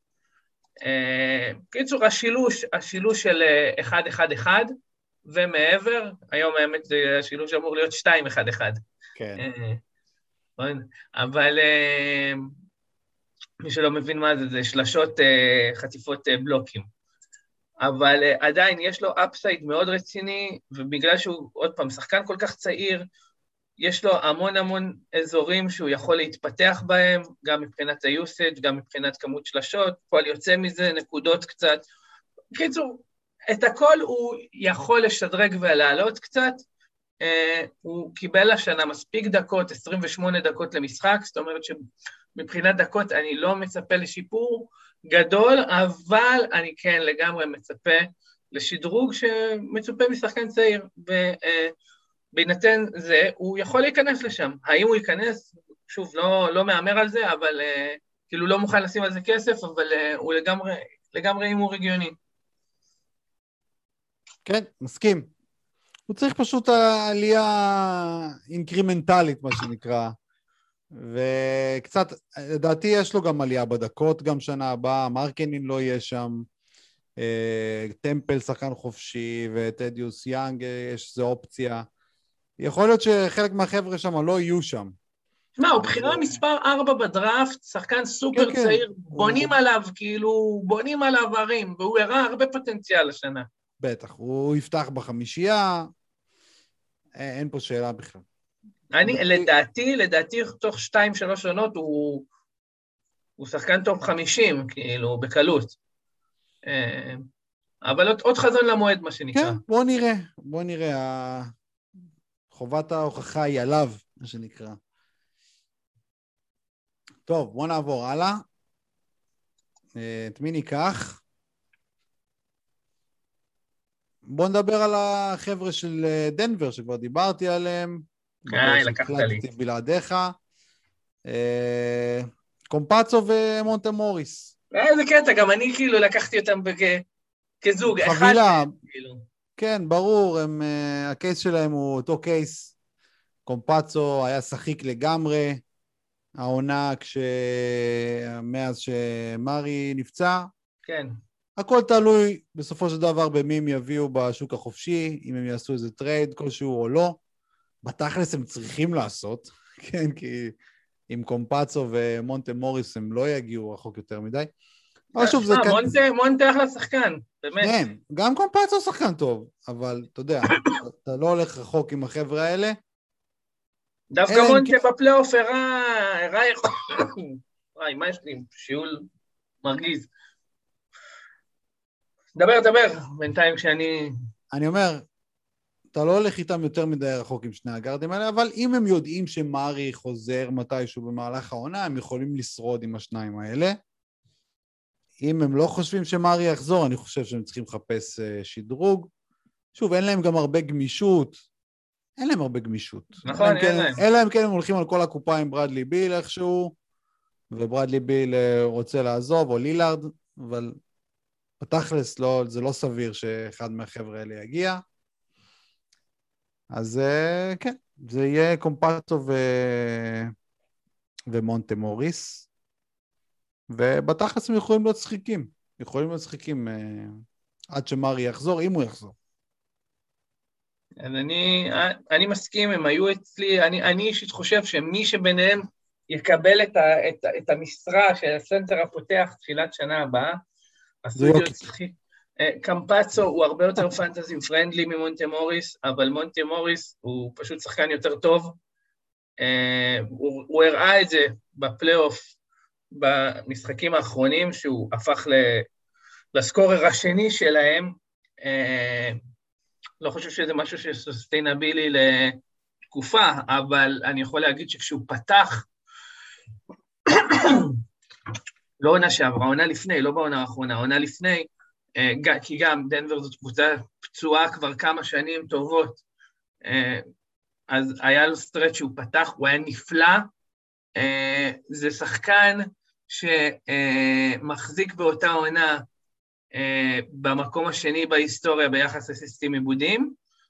קיצור, השילוש, השילוש של אחד אחד אחד ומעבר, היום האמת זה השילוש אמור להיות שתיים אחד אחד. כן. אבל מי שלא מבין מה זה, זה שלשות חטיפות בלוקים. אבל עדיין יש לו אפסייד מאוד רציני, ובגלל שהוא עוד פעם שחקן כל כך צעיר, יש לו המון המון אזורים שהוא יכול להתפתח בהם, גם מבחינת היוסאג', גם מבחינת כמות שלשות, פועל יוצא מזה, נקודות קצת. בקיצור, את הכל הוא יכול לשדרג ולעלות קצת, הוא קיבל השנה מספיק דקות, עשרים ושמונה דקות למשחק, זאת אומרת שמבחינת דקות אני לא מצפה לשיפור גדול, אבל אני כן לגמרי מצפה לשדרוג שמצופה משחקן צעיר, ובהינתן זה הוא יכול להיכנס לשם. האם הוא ייכנס? שוב, לא, לא מאמר על זה, אבל כאילו לא מוכן לשים על זה כסף, אבל הוא לגמרי, לגמרי אימור רגיוני. כן, מסכים. הוא צריך פשוט עלייה אינקרימנטלית, מה שנקרא, וקצת, לדעתי יש לו גם עלייה בדקות, גם שנה הבאה, מרקנין לא יהיה שם, טמפל שחקן חופשי, וטדיוס יאנג יש איזו אופציה, יכול להיות שחלק מהחבר'ה שם לא יהיו שם. מה, הוא בחירה מספר ארבע בדראפט, שחקן סופר כן, צעיר, כן. בונים הוא... עליו, כאילו, בונים עליו הרים, והוא הראה הרבה פוטנציאל השנה. בטח, הוא יפתח בחמישייה, אין פה שאלה בכלל. אני, לדעתי, לדעתי, תוך שתיים, שלוש עונות, הוא, הוא שחקן טופ חמישים, כאילו, בקלות. אבל עוד, עוד חזון למועד, מה שנקרא. כן, בוא נראה, בוא נראה, חובת ההוכחה היא עליו, מה שנקרא. טוב, בוא נעבור הלאה. את מי ניקח? בוא נדבר על החבר'ה של דנבר, שכבר דיברתי עליהם. היי, לקחת לי. בלעדיך. קומפצו ומונטה מוריס. איזה קטע, גם אני כאילו לקחתי אותם כזוג. חבילה. כן, ברור, הקייס שלהם הוא אותו קייס. קומפצו היה שחיק לגמרי, העונה מאז שמרי נפצע. כן. הכל תלוי בסופו של דבר במי הם יביאו בשוק החופשי, אם הם יעשו איזה טרייד כלשהו או לא. בתכלס הם צריכים לעשות, כן, כי עם קומפצו ומונטה מוריס הם לא יגיעו רחוק יותר מדי. אבל שוב, זה כן... מונטה אחלה שחקן, באמת. כן, גם קומפצו שחקן טוב, אבל אתה יודע, אתה לא הולך רחוק עם החבר'ה האלה. דווקא מונטה בפלייאוף הראה, הראה יכול... וואי, מה יש לי? שיעול מרגיז. דבר, דבר, בינתיים כשאני... אני אומר, אתה לא הולך איתם יותר מדי רחוק עם שני הגארדים האלה, אבל אם הם יודעים שמרי חוזר מתישהו במהלך העונה, הם יכולים לשרוד עם השניים האלה. אם הם לא חושבים שמרי יחזור, אני חושב שהם צריכים לחפש שדרוג. שוב, אין להם גם הרבה גמישות. אין להם הרבה גמישות. נכון, אין להם. אלא הם כן הם הולכים על כל הקופה עם ברדלי ביל איכשהו, וברדלי ביל רוצה לעזוב, או לילארד, אבל בתכלס לא, זה לא סביר שאחד מהחבר'ה האלה יגיע. אז כן, זה יהיה קומפצו ו... ומונטה מוריס, ובתכלס הם יכולים להיות שחיקים, יכולים להיות שחיקים עד שמרי יחזור, אם הוא יחזור. אז אני, אני מסכים, הם היו אצלי, אני, אני אישית חושב שמי שביניהם יקבל את, ה, את, את המשרה של הסנטר הפותח תחילת שנה הבאה, עשוי להיות שחיק. קמפצו הוא הרבה יותר פנטזי פרנדלי ממונטה מוריס, אבל מונטה מוריס הוא פשוט שחקן יותר טוב. הוא, הוא הראה את זה בפלייאוף במשחקים האחרונים, שהוא הפך לסקורר השני שלהם, לא חושב שזה משהו שסוסטיינבילי לתקופה, אבל אני יכול להגיד שכשהוא פתח, לא עונה שעברה, עונה לפני, לא בעונה האחרונה, עונה לפני, כי גם דנבר זאת קבוצה פצועה כבר כמה שנים טובות, אז היה לו סטרט שהוא פתח, הוא היה נפלא, זה שחקן שמחזיק באותה עונה, במקום השני בהיסטוריה ביחס אסיסטים עיבודים,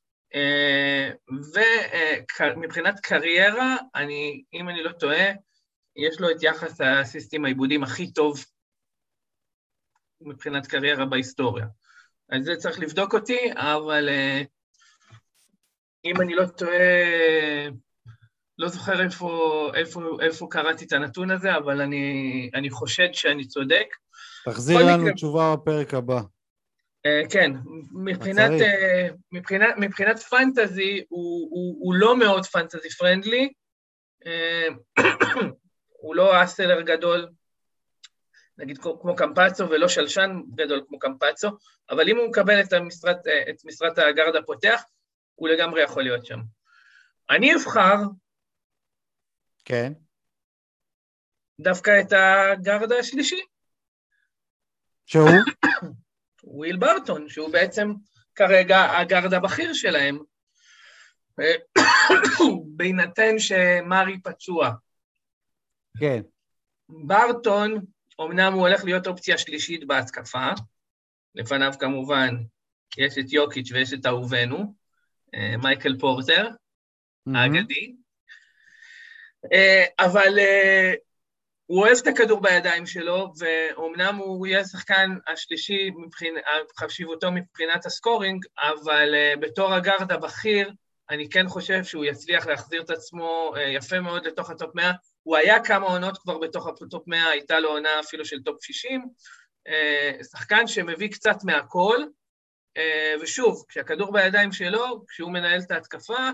ומבחינת קריירה, אני, אם אני לא טועה, יש לו את יחס האסיסטים העיבודים הכי טוב מבחינת קריירה בהיסטוריה. אז זה צריך לבדוק אותי, אבל אם אני לא טועה, לא זוכר איפה, איפה, איפה קראתי את הנתון הזה, אבל אני, אני חושד שאני צודק. תחזיר לנו מקרה... תשובה בפרק הבא. Uh, כן, מבחינת, uh, מבחינת, מבחינת פנטזי, הוא, הוא, הוא לא מאוד פנטזי פרנדלי, uh, הוא לא אסלר גדול, נגיד כמו קמפצו, ולא שלשן גדול כמו קמפצו, אבל אם הוא מקבל את, המשרת, את משרת הגרד הפותח, הוא לגמרי יכול להיות שם. אני אבחר, כן. דווקא את הגרד השלישי. שהוא? וויל ברטון, שהוא בעצם כרגע הגרד הבכיר שלהם, בהינתן שמרי פצוע. כן. ברטון, אמנם הוא הולך להיות אופציה שלישית בהתקפה, לפניו כמובן יש את יוקיץ' ויש את אהובנו, מייקל פורטר, האגדי, אבל הוא אוהב את הכדור בידיים שלו, ואומנם הוא יהיה שחקן השלישי מבחינת, חשיבותו מבחינת הסקורינג, אבל בתור הגארד הבכיר, אני כן חושב שהוא יצליח להחזיר את עצמו יפה מאוד לתוך הטופ מאה, הוא היה כמה עונות כבר בתוך הטופ מאה, הייתה לו עונה אפילו של טופ שישים, שחקן שמביא קצת מהכל, ושוב, כשהכדור בידיים שלו, כשהוא מנהל את ההתקפה,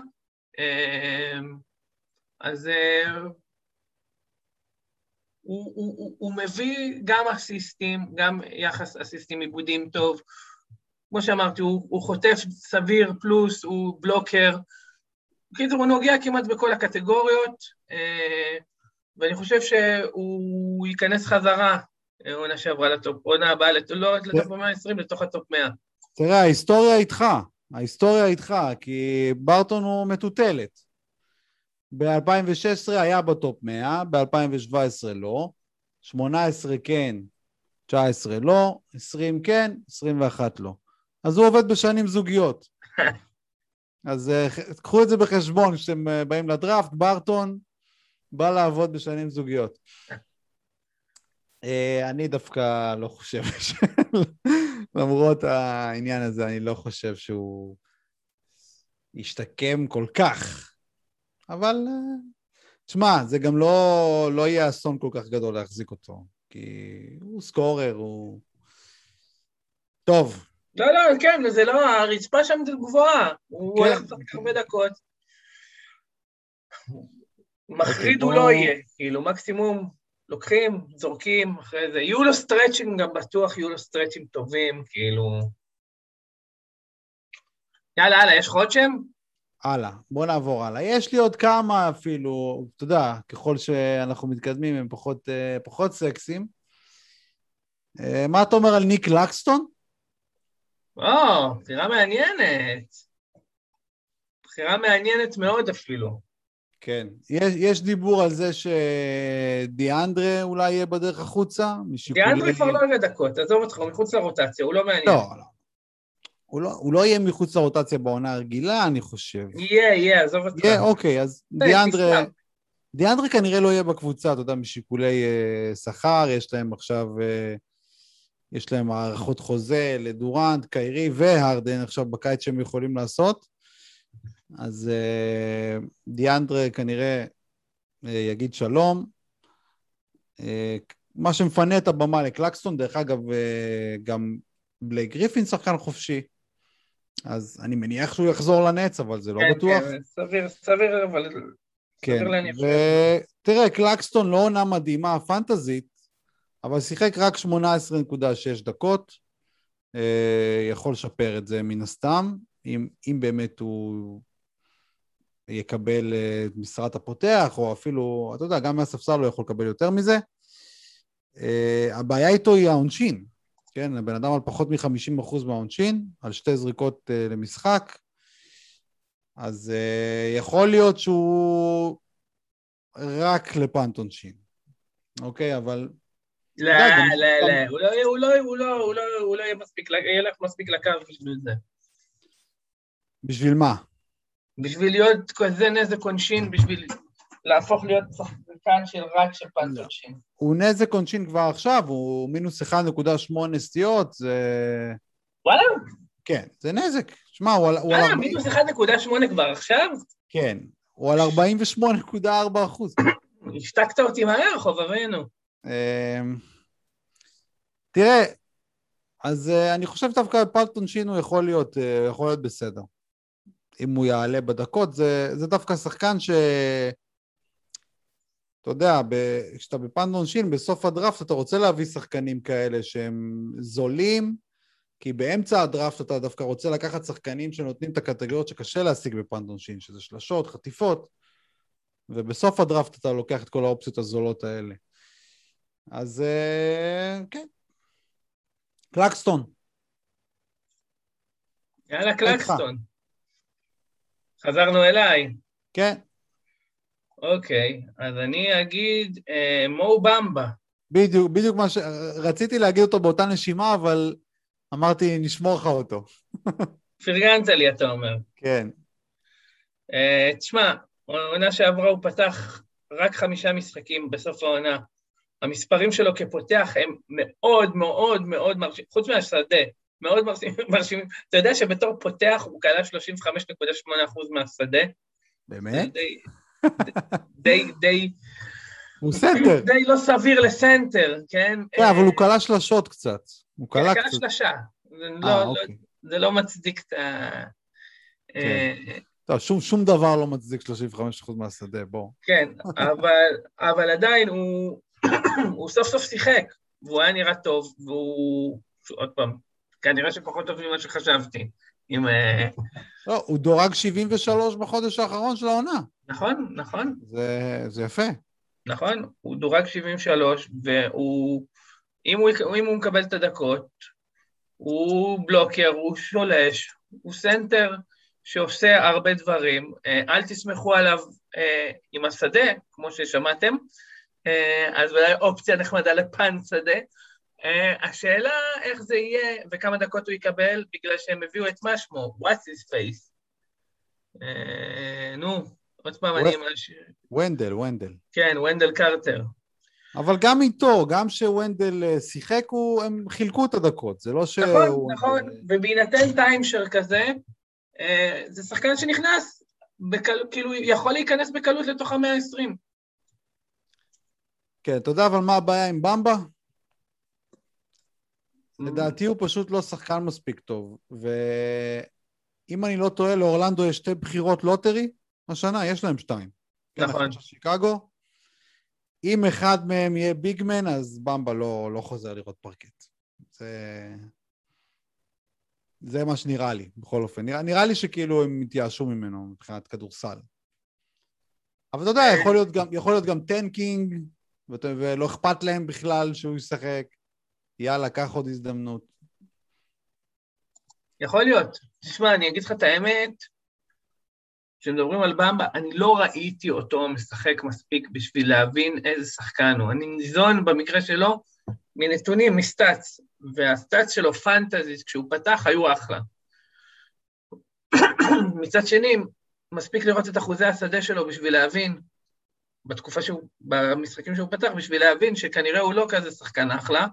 אז הוא, הוא, הוא, הוא מביא גם אסיסטים, גם יחס אסיסטים עיבודים טוב, כמו שאמרתי, הוא, הוא חוטף סביר פלוס, הוא בלוקר, כאילו הוא נוגע כמעט בכל הקטגוריות, ואני חושב שהוא ייכנס חזרה, עונה שעברה לטופ, עונה הבאה, לא רק לטופ מאה ועשרים, לתוך הטופ מאה. תראה, ההיסטוריה איתך, ההיסטוריה איתך, כי ברטון הוא מטוטלת. ב-אלפיים ושש עשרה היה בטופ מאה, ב-אלפיים שבע עשרה לא, שמונה עשרה כן, תשע עשרה לא, עשרים כן, עשרים ואחת לא. אז הוא עובד בשנים זוגיות. אז קחו את זה בחשבון, כשאתם באים לדראפט, ברטון בא לעבוד בשנים זוגיות. אני דווקא לא חושב, למרות העניין הזה, אני לא חושב שהוא ישתקם כל כך. אבל, תשמע, זה גם לא, לא יהיה אסון כל כך גדול להחזיק אותו, כי הוא סקורר, הוא... טוב. לא, לא, כן, זה לא, הרצפה שם זה גבוהה, הוא הולך לשחק הרבה דקות. מחריד הוא לא יהיה, כאילו, מקסימום לוקחים, זורקים, אחרי זה, יהיו לו סטרצ'ים, גם בטוח יהיו לו סטרצ'ים טובים, כאילו... יאללה, יאללה, יש לך עוד שם? הלאה, בוא נעבור הלאה. יש לי עוד כמה אפילו, אתה יודע, ככל שאנחנו מתקדמים הם פחות, פחות סקסים. מה אתה אומר על ניק לקסטון? או, בחירה מעניינת. בחירה מעניינת מאוד אפילו. כן, יש, יש דיבור על זה שדיאנדרה אולי יהיה בדרך החוצה. משיקולי... דיאנדרה כבר לא יהיה דקות, עזוב אותך, הוא מחוץ לרוטציה, הוא לא מעניין. לא, לא. הוא לא, הוא לא יהיה מחוץ לרוטציה בעונה הרגילה, אני חושב. יהיה, יהיה, עזוב אותך. יהיה, אוקיי, אז דיאנדרה, דיאנדרה כנראה לא יהיה בקבוצה, אתה יודע, משיקולי uh, שכר, יש להם עכשיו, uh, יש להם הערכות חוזה לדורנט, קיירי והרדן, עכשיו בקיץ שהם יכולים לעשות, אז uh, דיאנדרה כנראה uh, יגיד שלום, uh, מה שמפנה את הבמה לקלקסטון, דרך אגב, uh, גם בלייק גריפין שחקן חופשי, אז אני מניח שהוא יחזור לנץ, אבל זה לא כן, בטוח. כן, סביר, סביר, אבל... כן, ותראה, קלקסטון לא עונה מדהימה פנטזית, אבל שיחק רק שמונה עשרה נקודה שש דקות, יכול לשפר את זה מן הסתם, אם, אם באמת הוא יקבל את משרת הפותח, או אפילו, אתה יודע, גם מהספסל לא יכול לקבל יותר מזה. הבעיה איתו היא העונשין, כן? הבן אדם על פחות מ-חמישים אחוז מהעונשין, על שתי זריקות למשחק, אז יכול להיות שהוא רק לפנט עונשין, אוקיי? אבל... לא, לא, לא, הוא לא, הוא לא, הוא לא, הוא לא, הוא לא יהיה מספיק, ילך מספיק לקו בשביל זה. בשביל מה? בשביל להיות כזה נזק עונשין, בשביל להפוך להיות שחקן של רק של פנט עונשין. הוא נזק עונשין כבר עכשיו, הוא מינוס אחת נקודה שמונה סטיות, זה... וואלה? כן, זה נזק. שמע, הוא על... אה, מינוס אחת נקודה שמונה כבר עכשיו? כן, הוא על ארבעים ושמונה נקודה ארבע אחוז. השתקת אותי מהר, חובבנו. תראה, אז אני חושב דווקא פנט עונשין הוא יכול להיות, יכול להיות בסדר. אם הוא יעלה בדקות, זה, זה דווקא שחקן ש... אתה יודע, כשאתה בפנט עונשין, בסוף הדראפט אתה רוצה להביא שחקנים כאלה שהם זולים, כי באמצע הדראפט אתה דווקא רוצה לקחת שחקנים שנותנים את הקטגוריות שקשה להשיג בפנט עונשין, שזה שלשות, חטיפות, ובסוף הדראפט אתה לוקח את כל האופציות הזולות האלה. אז כן. קלקסטון. יאללה, קלקסטון. חזרנו אליי. כן. אוקיי, אז אני אגיד אה, מו במבה. בדיוק, בדיוק מה ש... רציתי להגיד אותו באותה נשימה, אבל אמרתי, נשמור לך אותו. פרגנת לי, אתה אומר. כן. אה, תשמע, העונה שעברה הוא פתח רק חמישה משחקים בסוף העונה. המספרים שלו כפותח הם מאוד מאוד מאוד מרשימים, חוץ מהשדה, מאוד מרשימים. אתה יודע שבתור פותח הוא קלע שלושים וחמש נקודה שמונה אחוז מהשדה. באמת? די, די, די, הוא סנטר. די לא סביר לסנטר, כן? כן, אבל הוא קלע שלשות קצת. הוא קלע קצת. שלשה. זה לא מצדיק את ה... טוב, שום, שום דבר לא מצדיק שלושים וחמש אחוז מהשדה, בוא. כן, אבל, אבל עדיין הוא, הוא סוף סוף שיחק, והוא היה נראה טוב, והוא, עוד פעם, כנראה שפחות טוב ממה שחשבתי. עם... לא, הוא דורג שבעים ושלוש בחודש האחרון של העונה. נכון, נכון. זה, זה יפה. נכון, הוא דורג שבעים ושלוש, והוא, אם הוא, אם הוא מקבל את הדקות, הוא בלוקר, הוא שולש, הוא סנטר, שעושה הרבה דברים, אל תסמכו עליו עם השדה, כמו ששמעתם, אז אולי אופציה נחמדה לפן שדה. השאלה איך זה יהיה וכמה דקות הוא יקבל, בגלל שהם הביאו את מה שמו, what's his face. נו, עוד פעם אני... ונדל, ונדל. כן, ונדל קרטר. אבל גם איתו, גם שוונדל שיחק, הם חילקו את הדקות, זה לא ש... נכון, נכון, ובהינתן טיימשר כזה, זה שחקן שנכנס, כאילו יכול להיכנס בקלות לתוך ה-מאה ועשרים. כן, אתה יודע אבל מה הבעיה עם במבה? לדעתי הוא פשוט לא שחקן מספיק טוב, ואם אני לא טועה, לאורלנדו יש שתי בחירות לוטרי, השנה יש להם שתיים. נכון. כן, שיקגו. אם אחד מהם יהיה ביגמן, אז במבה לא, לא חוזר לראות פרקט. זה... זה מה שנראה לי, בכל אופן. נראה, נראה לי שכאילו הם מתייאשו ממנו מבחינת כדורסל. אבל אתה יודע, יכול להיות גם, יכול להיות גם טנקינג, ולא אכפת להם בכלל שהוא ישחק. יאללה, קח עוד הזדמנות. יכול להיות. תשמע, אני אגיד לך את האמת, כשמדברים על במבה, אני לא ראיתי אותו משחק מספיק בשביל להבין איזה שחקן הוא. אני ניזון במקרה שלו מנתונים, מסטאץ, והסטאץ שלו פנטזית, כשהוא פתח, היו אחלה. מצד שני, מספיק לראות את אחוזי השדה שלו בשביל להבין, בתקופה שהוא, במשחקים שהוא פתח, בשביל להבין שכנראה הוא לא כזה שחקן אחלה,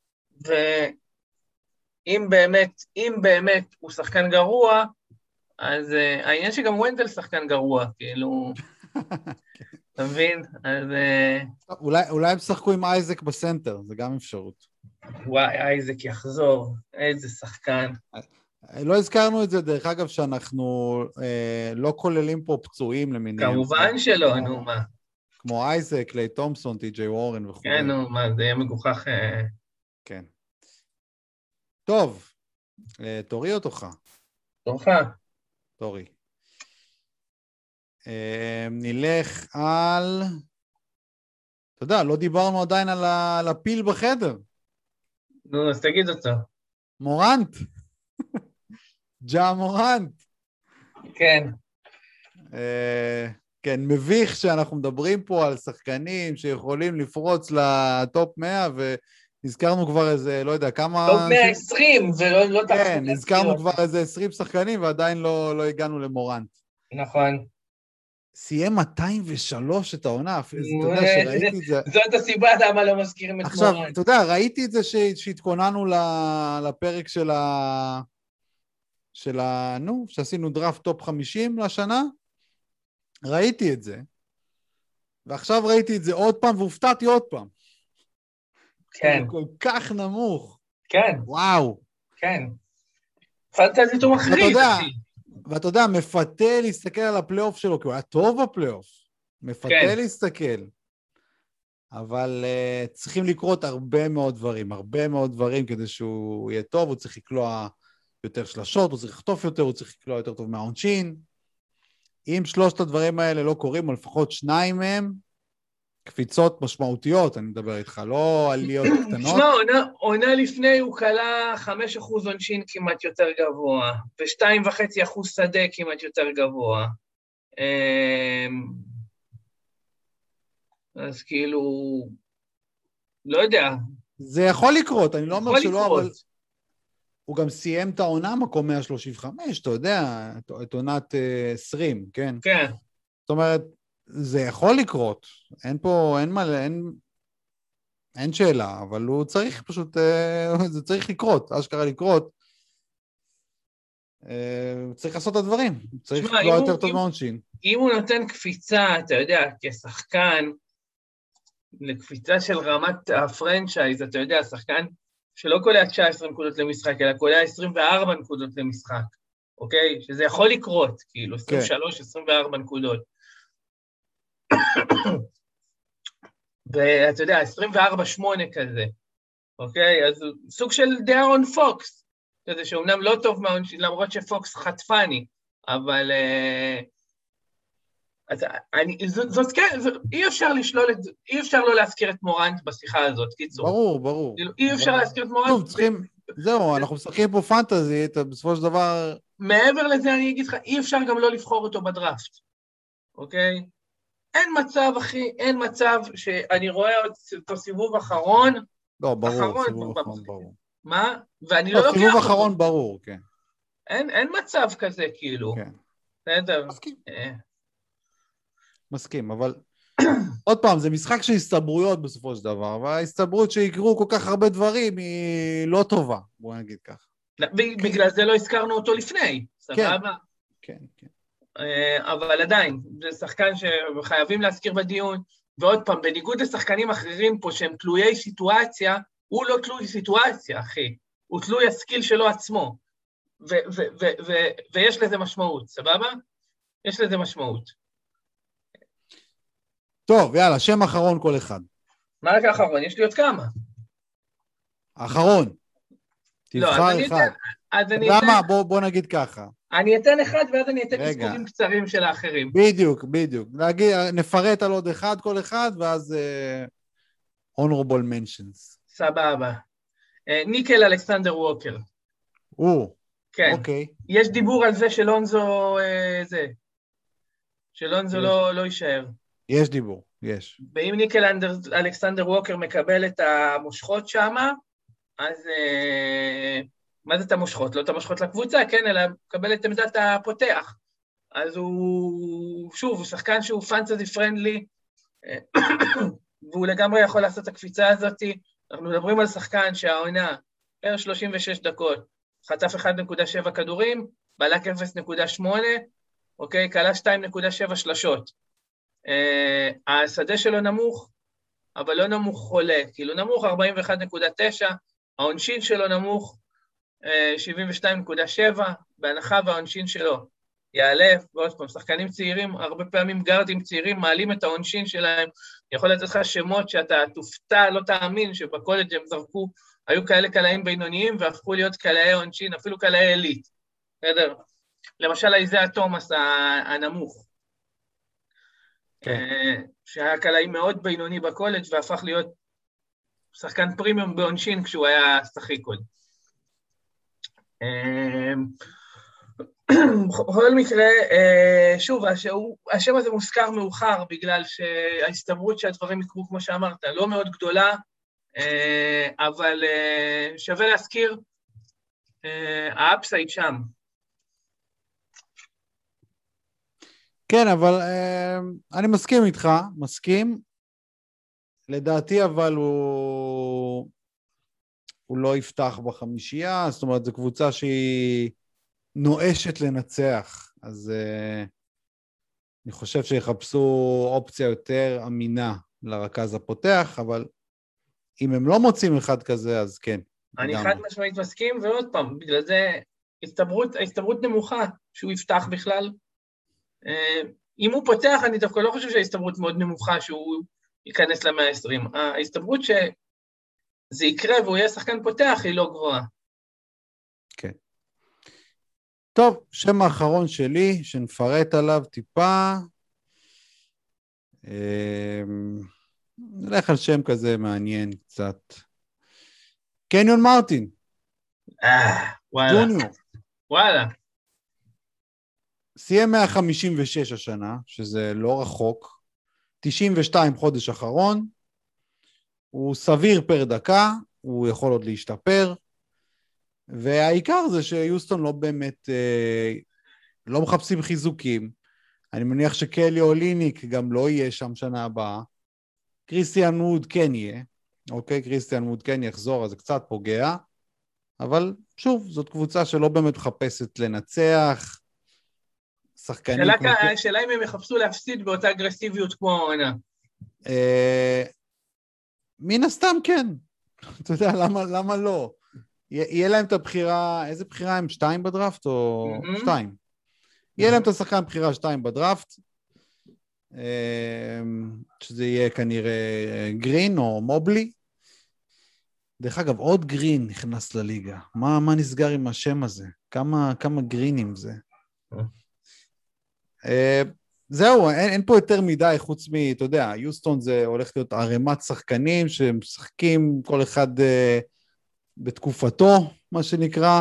ואם באמת, אם באמת הוא שחקן גרוע, אז uh, העניין שגם ונדל שחקן גרוע, כאילו, אתה מבין? אז... Uh... אולי, אולי הם שחקו עם אייזק בסנטר, זה גם אפשרות. וואי, אייזק יחזור, איזה שחקן. לא הזכרנו את זה, דרך אגב, שאנחנו אה, לא כוללים פה פצועים למיניהם. כמובן שלא, נו מה. כמו אייזק, ליי תומפסון, טי ג'יי וורן וכו'. כן, נו, מה, זה יהיה מגוחך. אה... כן. טוב, תורי או תורך? תורך. תורי. נלך על... אתה יודע, לא דיברנו עדיין על הפיל בחדר. נו, אז תגיד אותו. מורנט. ג'ה מורנט. כן. כן, מביך שאנחנו מדברים פה על שחקנים שיכולים לפרוץ לטופ מאה, ונזכרנו כבר איזה, לא יודע, כמה... טופ מאה ועשרים, ולא לא תחזור. כן, נזכרנו כבר איזה עשרים שחקנים, ועדיין לא, לא הגענו למורנט. נכון. סיים מאתיים ושלוש את העונה, אתה יודע שראיתי את זה... זאת הסיבה למה לא מזכירים את מורנט. עכשיו, אתה יודע, ראיתי את זה שהתכוננו לפרק של ה... של ה... נו, שעשינו דראפט טופ חמישים לשנה, ראיתי את זה, ועכשיו ראיתי את זה עוד פעם, והופתעתי עוד פעם. כן. הוא כל כך נמוך. כן. וואו. כן. פנטזית הוא מחריד, אחי. ואתה יודע, מפתה להסתכל על הפלייאוף שלו, כי הוא היה טוב בפלייאוף. מפתה כן. להסתכל. אבל uh, צריכים לקרות הרבה מאוד דברים, הרבה מאוד דברים כדי שהוא יהיה טוב, הוא צריך לקלוע יותר שלשות, הוא צריך לחטוף יותר, הוא צריך לקלוע יותר טוב מהעונשין. אם שלושת הדברים האלה לא קורים, או לפחות שניים מהם, קפיצות משמעותיות, אני מדבר איתך, לא עליות קטנות. שמע, עונה, עונה לפני הוא קלה חמישה אחוז עונשין כמעט יותר גבוה, ו-שתיים נקודה חמש אחוז שדה כמעט יותר גבוה. אז כאילו, לא יודע. זה יכול לקרות, אני לא אומר שלא, לקרות. אבל הוא גם סיים את העונה מקום מאה שלושים וחמש, אתה יודע, את עונת עשרים, כן? כן. זאת אומרת, זה יכול לקרות, אין פה, אין מה, אין, אין שאלה, אבל הוא צריך פשוט, זה צריך לקרות, אשכרה לקרות, הוא צריך לעשות את הדברים, הוא צריך לקלוע יותר טוב מהעונשין. אם הוא נותן קפיצה, אתה יודע, כשחקן, לקפיצה של רמת הפרנצ'ייז, אתה יודע, שחקן שלא קולע תשע עשרה נקודות למשחק, אלא קולע עשרים וארבע נקודות למשחק, אוקיי? שזה יכול לקרות, כאילו, עשרים ושלוש עשרים וארבע נקודות. ואתה יודע, עשרים וארבע שמונה כזה, אוקיי? אז סוג של דארון פוקס, כזה שאומנם לא טוב מהעונשין, למרות שפוקס חטפני, אבל... אז אני, זאת, זאת כן, זאת, אי אפשר לשלול את, אי אפשר לא להזכיר את מורנט בשיחה הזאת, קיצור. ברור, ברור. אי אפשר להזכיר את מורנט. טוב, צריכים, זהו, אנחנו משחקים פה פנטזי, בסופו של דבר... מעבר לזה אני אגיד לך, אי אפשר גם לא לבחור אותו בדראפט, אוקיי? אין מצב, אחי, אין מצב שאני רואה אותו סיבוב אחרון. לא, ברור, סיבוב אחרון, ברור. מה? ואני לא לוקח אותו. סיבוב אחרון, ברור, כן. אין, אין מצב כזה, כאילו. כן. בסדר. מסכים. מסכים, אבל עוד פעם, זה משחק של הסתברויות בסופו של דבר, וההסתברות שיקרו כל כך הרבה דברים היא לא טובה, בוא נגיד כך. בגלל זה לא הזכרנו אותו לפני, סבבה? כן, כן. אבל עדיין, זה שחקן שחייבים להזכיר בדיון, ועוד פעם, בניגוד לשחקנים אחרים פה שהם תלויי סיטואציה, הוא לא תלוי סיטואציה, אחי. הוא תלוי הסקיל שלו עצמו, ויש לזה משמעות, סבבה? יש לזה משמעות. טוב, יאללה, שם אחרון כל אחד. מה רק האחרון? יש לי עוד כמה. האחרון. תבחר לא, אחד. אז אני למה? אתן... בוא, בוא נגיד ככה. אני אתן אחד, ואז אני אתן מספורים קצרים של האחרים. בדיוק, בדיוק. להגיד, נפרט על עוד אחד, כל אחד, ואז uh, honorable mentions. סבבה. Uh, ניקל אלכסנדר ווקר. או, כן. אוקיי. יש דיבור על זה שלונזו, uh, זה. שלונזו לא, לא יישאר. יש דיבור, יש. ואם ניקל אלכסנדר ווקר מקבל את המושכות שם, אז uh, מה זה את המושכות? לא את המושכות לקבוצה, כן, אלא מקבל את עמדת הפותח. אז הוא, שוב, הוא שחקן שהוא פנטזי פרנדלי, והוא לגמרי יכול לעשות את הקפיצה הזאת. אנחנו מדברים על שחקן שהעונה, פר שלושים ושש דקות, חטף אחד נקודה שבע כדורים, בלק אפס נקודה שמונה, אוקיי, קלה שתיים נקודה שבע שלשות. Uh, השדה שלו נמוך, אבל לא נמוך חולה, כאילו נמוך ארבעים ואחת נקודה תשע, העונשין שלו נמוך uh, שבעים ושתיים נקודה שבע, בהנחה והעונשין שלו יעלה, ועוד פעם, שחקנים צעירים, הרבה פעמים גארדים צעירים מעלים את העונשין שלהם, יכול לתת לך שמות שאתה תופתע, לא תאמין שבקולג' הם זרקו היו כאלה קלעים בינוניים, והפכו להיות קלעי עונשין, אפילו קלעי עילית, בסדר? למשל, איזאה תומאס הנמוך, שהיה קלעי מאוד בינוני בקולג' והפך להיות שחקן פרימיום בעונשין כשהוא היה שחיק עוד. בכל מקרה, שוב, השם הזה מוזכר מאוחר בגלל שההסתברות שהדברים יקרו, כמו שאמרת, לא מאוד גדולה, אבל שווה להזכיר, האפסייד שם. כן, אבל אני מסכים איתך, מסכים. לדעתי, אבל הוא, הוא לא יפתח בחמישייה, זאת אומרת, זו קבוצה שהיא נואשת לנצח, אז uh, אני חושב שיחפשו אופציה יותר אמינה לרכז הפותח, אבל אם הם לא מוצאים אחד כזה, אז כן. אני גם... חד משמעית מסכים, ועוד פעם, בגלל זה הסתברות, הסתברות נמוכה שהוא יפתח בכלל. Uh, אם הוא פותח, אני דווקא לא חושב שההסתברות מאוד נמוכה שהוא ייכנס ל-מאה ועשרים. ההסתברות שזה יקרה והוא יהיה שחקן פותח היא לא גבוהה. כן. טוב, שם האחרון שלי, שנפרט עליו טיפה, נלך על שם כזה מעניין קצת. קניון מרטין. אה, וואלה. ג'וניור. וואלה. סיים מאה חמישים ושש השנה, שזה לא רחוק, תשעים ושתיים חודש אחרון, הוא סביר פר דקה, הוא יכול עוד להשתפר, והעיקר זה שיוסטון לא באמת, אה, לא מחפשים חיזוקים, אני מניח שקלי אוליניק גם לא יהיה שם שנה הבאה, קריסטיאן ווד כן יהיה, אוקיי, קריסטיאן ווד כן יחזור, אז זה קצת פוגע, אבל שוב, זאת קבוצה שלא באמת מחפשת לנצח, שחקנים... השאלה אם הם יחפשו להפסיד באותה אגרסיביות כמו העונה. מן הסתם כן, אתה יודע, למה, למה לא? יהיה להם את הבחירה, איזה בחירה הם? שתיים בדראפט או שתיים? יהיה להם את השחקן בחירה שתיים בדראפט, שזה יהיה כנראה גרין או מובלי. דרך אגב, עוד גרין נכנס לליגה. מה, מה נסגר עם השם הזה? כמה, כמה גרינים זה? זהו, אין, אין פה יותר מדי חוץ מ, אתה יודע, יוסטון זה הולך להיות ערימת שחקנים שמשחקים כל אחד uh, בתקופתו, מה שנקרא,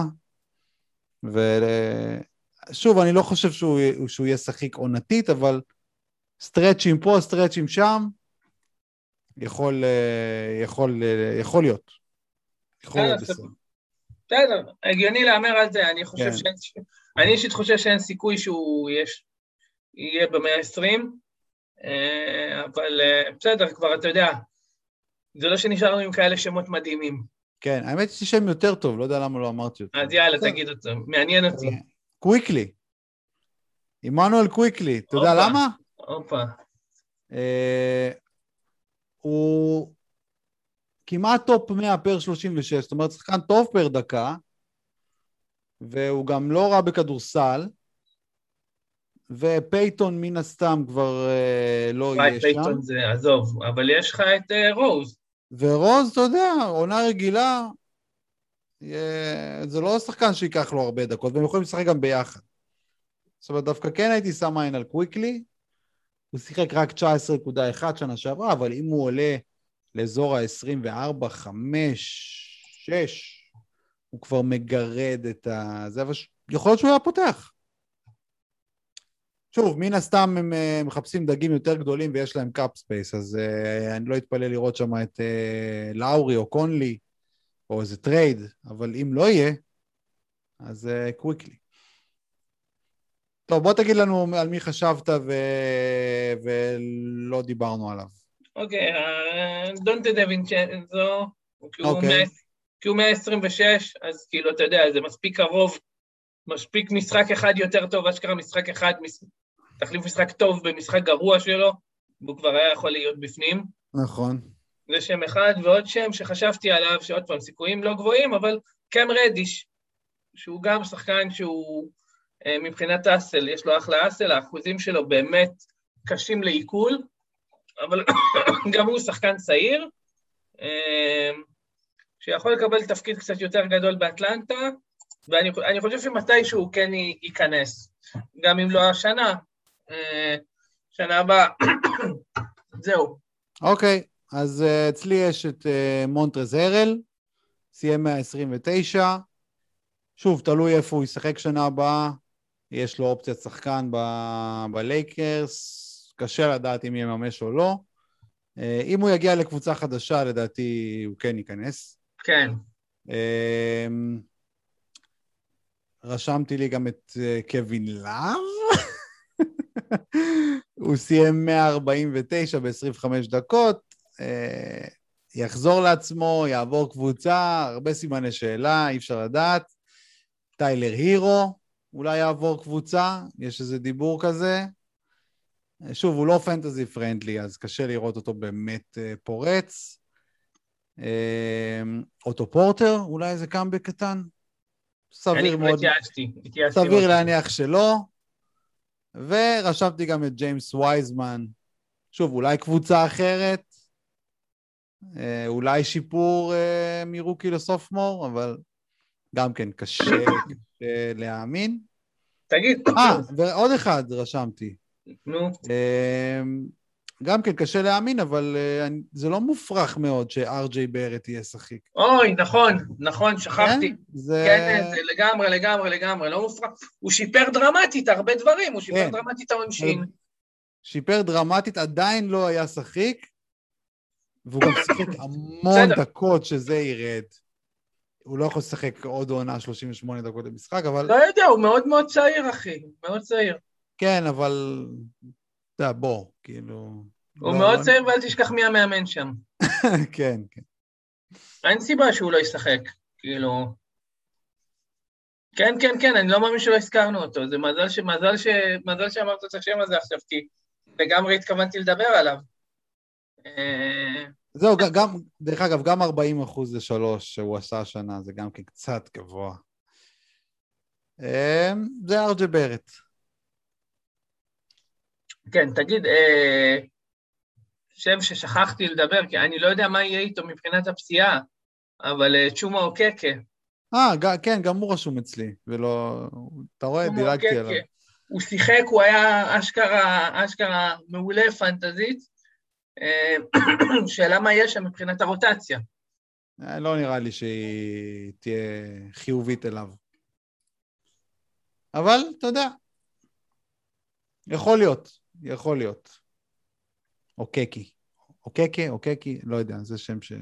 ושוב, אני לא חושב שהוא, שהוא יהיה שחיק עונתית, אבל סטרצ'ים פה, סטרצ'ים שם, יכול, uh, יכול, uh, יכול להיות. יכול להיות בסדר. בסדר, הגיוני לאמר על זה, אני חושב כן. שאין, אני אישית חושב שאין סיכוי שהוא יש... יהיה ב-מאה ועשרים, אבל בסדר, כבר אתה יודע, זה לא שנשארנו עם כאלה שמות מדהימים. כן, האמת יש לי שם יותר טוב, לא יודע למה לא אמרתי אותו. אז יאללה, תגיד אותו, מעניין אותי. קוויקלי. עמנואל קוויקלי, אתה יודע למה? אופה. הוא כמעט טופ מאה פר שלושים ושש, זאת אומרת, שחקן טוב פר דקה, והוא גם לא רע בכדורסל, ופייטון מן הסתם כבר אה, לא יהיה שם. פייטון זה, עזוב, אבל יש לך את אה, רוז. ורוז, אתה יודע, עונה רגילה, יהיה, זה לא שחקן שיקח לו הרבה דקות, והם יכולים לשחק גם ביחד. זאת אומרת, דווקא כן הייתי שם עין על קוויקלי, הוא שיחק רק תשע עשרה נקודה אחת שנה שעברה, אבל אם הוא עולה לאזור ה-עשרים וארבע, חמש, שש, הוא כבר מגרד את ה... זה, אבל יכול להיות שהוא היה פותח. שוב, מן הסתם הם uh, מחפשים דגים יותר גדולים ויש להם קאפ ספייס, אז uh, אני לא אתפלא לראות שם את uh, לאורי או קונלי, או איזה טרייד, אבל אם לא יהיה, אז קוויקלי. Uh, טוב, בוא תגיד לנו על מי חשבת ו- ולא דיברנו עליו. אוקיי, דונטה דווינצ'נזו, כי הוא מאה עשרים ושש, אז כאילו, אתה יודע, זה מספיק קרוב, מספיק משחק אחד יותר טוב, אשכרה משחק אחד, תחליף משחק טוב במשחק גרוע שלו, והוא כבר היה יכול להיות בפנים. נכון. זה שם אחד, ועוד שם שחשבתי עליו, שעוד פעם, סיכויים לא גבוהים, אבל קם רדיש, שהוא גם שחקן שהוא מבחינת אסל, יש לו אחלה אסל, האחוזים שלו באמת קשים לעיכול, אבל גם הוא שחקן צעיר, שיכול לקבל תפקיד קצת יותר גדול באטלנטה, ואני אני חושב שמתישהו הוא כן ייכנס, גם אם לא השנה, שנה הבאה. זהו. אוקיי, אז אצלי יש את מונטרז הרל, סיים מאה עשרים ותשע, שוב, תלוי איפה הוא ישחק שנה הבאה, יש לו אופציית שחקן ב- בלייקרס, קשה לדעת אם יממש או לא, אם הוא יגיע לקבוצה חדשה, לדעתי הוא כן ייכנס. כן. רשמתי לי גם את קווין לאב, הוא סיים מאה ארבעים ותשע ב-עשרים וחמש דקות, יחזור לעצמו, יעבור קבוצה, הרבה סימני שאלה, אי אפשר לדעת. טיילר הירו, אולי יעבור קבוצה, יש איזה דיבור כזה. שוב, הוא לא פנטזי פרנדלי, אז קשה לראות אותו באמת פורץ. אוטו פורטר, אולי איזה קאמבק קטן? סביר מאוד. סביר להניח שלא. ורשבתי גם את ג'יימס וייזמן. שוב, אולי קבוצה אחרת, אולי שיפור מרוקי לסופמור, אבל גם כן קשה, קשה להאמין. תגיד. אה, ועוד אחד רשמתי. נו. גם כן קשה להאמין, אבל זה לא מופרך מאוד שאר ג'יי ברט יהיה שחיק. אוי, נכון, נכון, שכחתי. כן, זה... כן, זה לגמרי, לגמרי, לגמרי, לא מופרך. הוא שיפר דרמטית הרבה דברים, הוא שיפר כן. דרמטית העונשין. שיפר דרמטית, עדיין לא היה שחיק, והוא גם שיחק המון דקות שזה ירד. הוא לא יכול לשחק עוד עונה שלושים ושמונה דקות למשחק, אבל... לא יודע, הוא מאוד מאוד צעיר, אחי, מאוד צעיר. כן, אבל... אתה יודע, בוא, כאילו... הוא מאוד צעיר, ואל תשכח מי המאמן שם. כן, כן. אין סיבה שהוא לא ישחק, כאילו... כן, כן, כן, אני לא מאמין שלא הזכרנו אותו, זה מזל ש... מזל ש... מזל שאמרת את השם הזה עכשיו, כי לגמרי התכוונתי לדבר עליו. זהו, גם, דרך אגב, גם ארבעים אחוז לשלוש שהוא עשה השנה, זה גם קצת גבוה. זה ארג'י ברט. כן, תגיד, שם ששכחתי לדבר, כי אני לא יודע מה יהיה איתו מבחינת הפציעה, אבל צ'ומה אוקקה. אה, כן, גם הוא רשום אצלי, ולא, אתה רואה, דילגתי עליו. הוא שיחק, הוא היה אשכרה, אשכרה מעולה פנטזית, שאלה מה יש שם מבחינת הרוטציה. לא נראה לי שהיא תהיה חיובית אליו. אבל, אתה יודע, יכול להיות, יכול להיות. אוקקי. אוקקי, אוקקי, לא יודע, זה שם ש...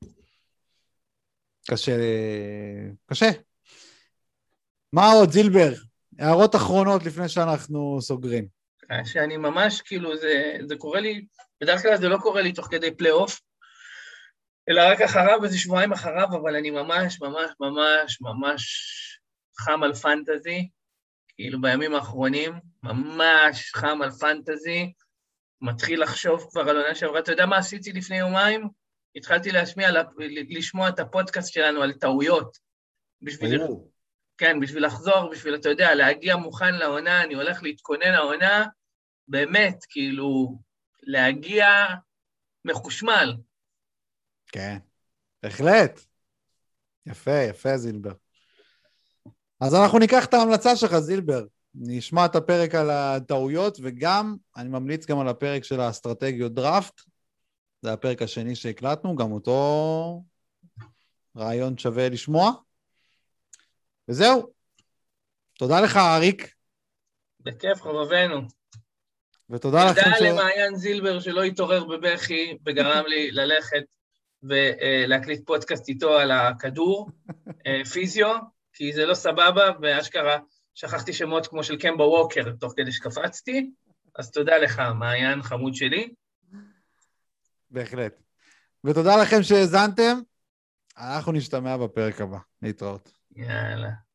קשה, קשה. מה עוד, זילבר? הערות אחרונות לפני שאנחנו סוגרים. שאני ממש, כאילו, זה, זה קורה לי, בדרך כלל זה לא קורה לי תוך כדי פלייאוף, אלא רק אחריו, איזה שבועיים אחריו, אבל אני ממש, ממש, ממש, ממש חם על פנטזי, כאילו בימים האחרונים, ממש חם על פנטזי, מתחיל לחשוב כבר על עונה שעברה. אתה יודע מה עשיתי לפני יומיים? התחלתי להשמיע, לשמוע את הפודקאסט שלנו על טעויות, בשביל, כן, בשביל לחזור, בשביל, אתה יודע, להגיע מוכן לעונה, אני הולך להתכונן לעונה, באמת, כאילו, להגיע מחושמל. כן, בהחלט. יפה, יפה, זילבר. אז אנחנו ניקח את ההמלצה שלך, זילבר. נשמע את הפרק על הטעויות, וגם, אני ממליץ גם על הפרק של האסטרטגיות דראפט, זה הפרק השני שהקלטנו, גם אותו רעיון שווה לשמוע. וזהו. תודה לך, אריק. בכיף, חובבנו. ותודה לכם ש... תודה למעיין זילבר שלא התעורר בבכי, וגרם לי ללכת ולהקליט פודקאסט איתו על הכדור, פיזיו, כי זה לא סבבה, ואשכרה שכחתי שמות כמו של קמבה ווקר, תוך כדי שקפצתי, אז תודה לך, מעיין חמוד שלי. בהחלט. ותודה לכם שהזנתם, אנחנו נשתמע בפרק הבא. להתראות. יאללה.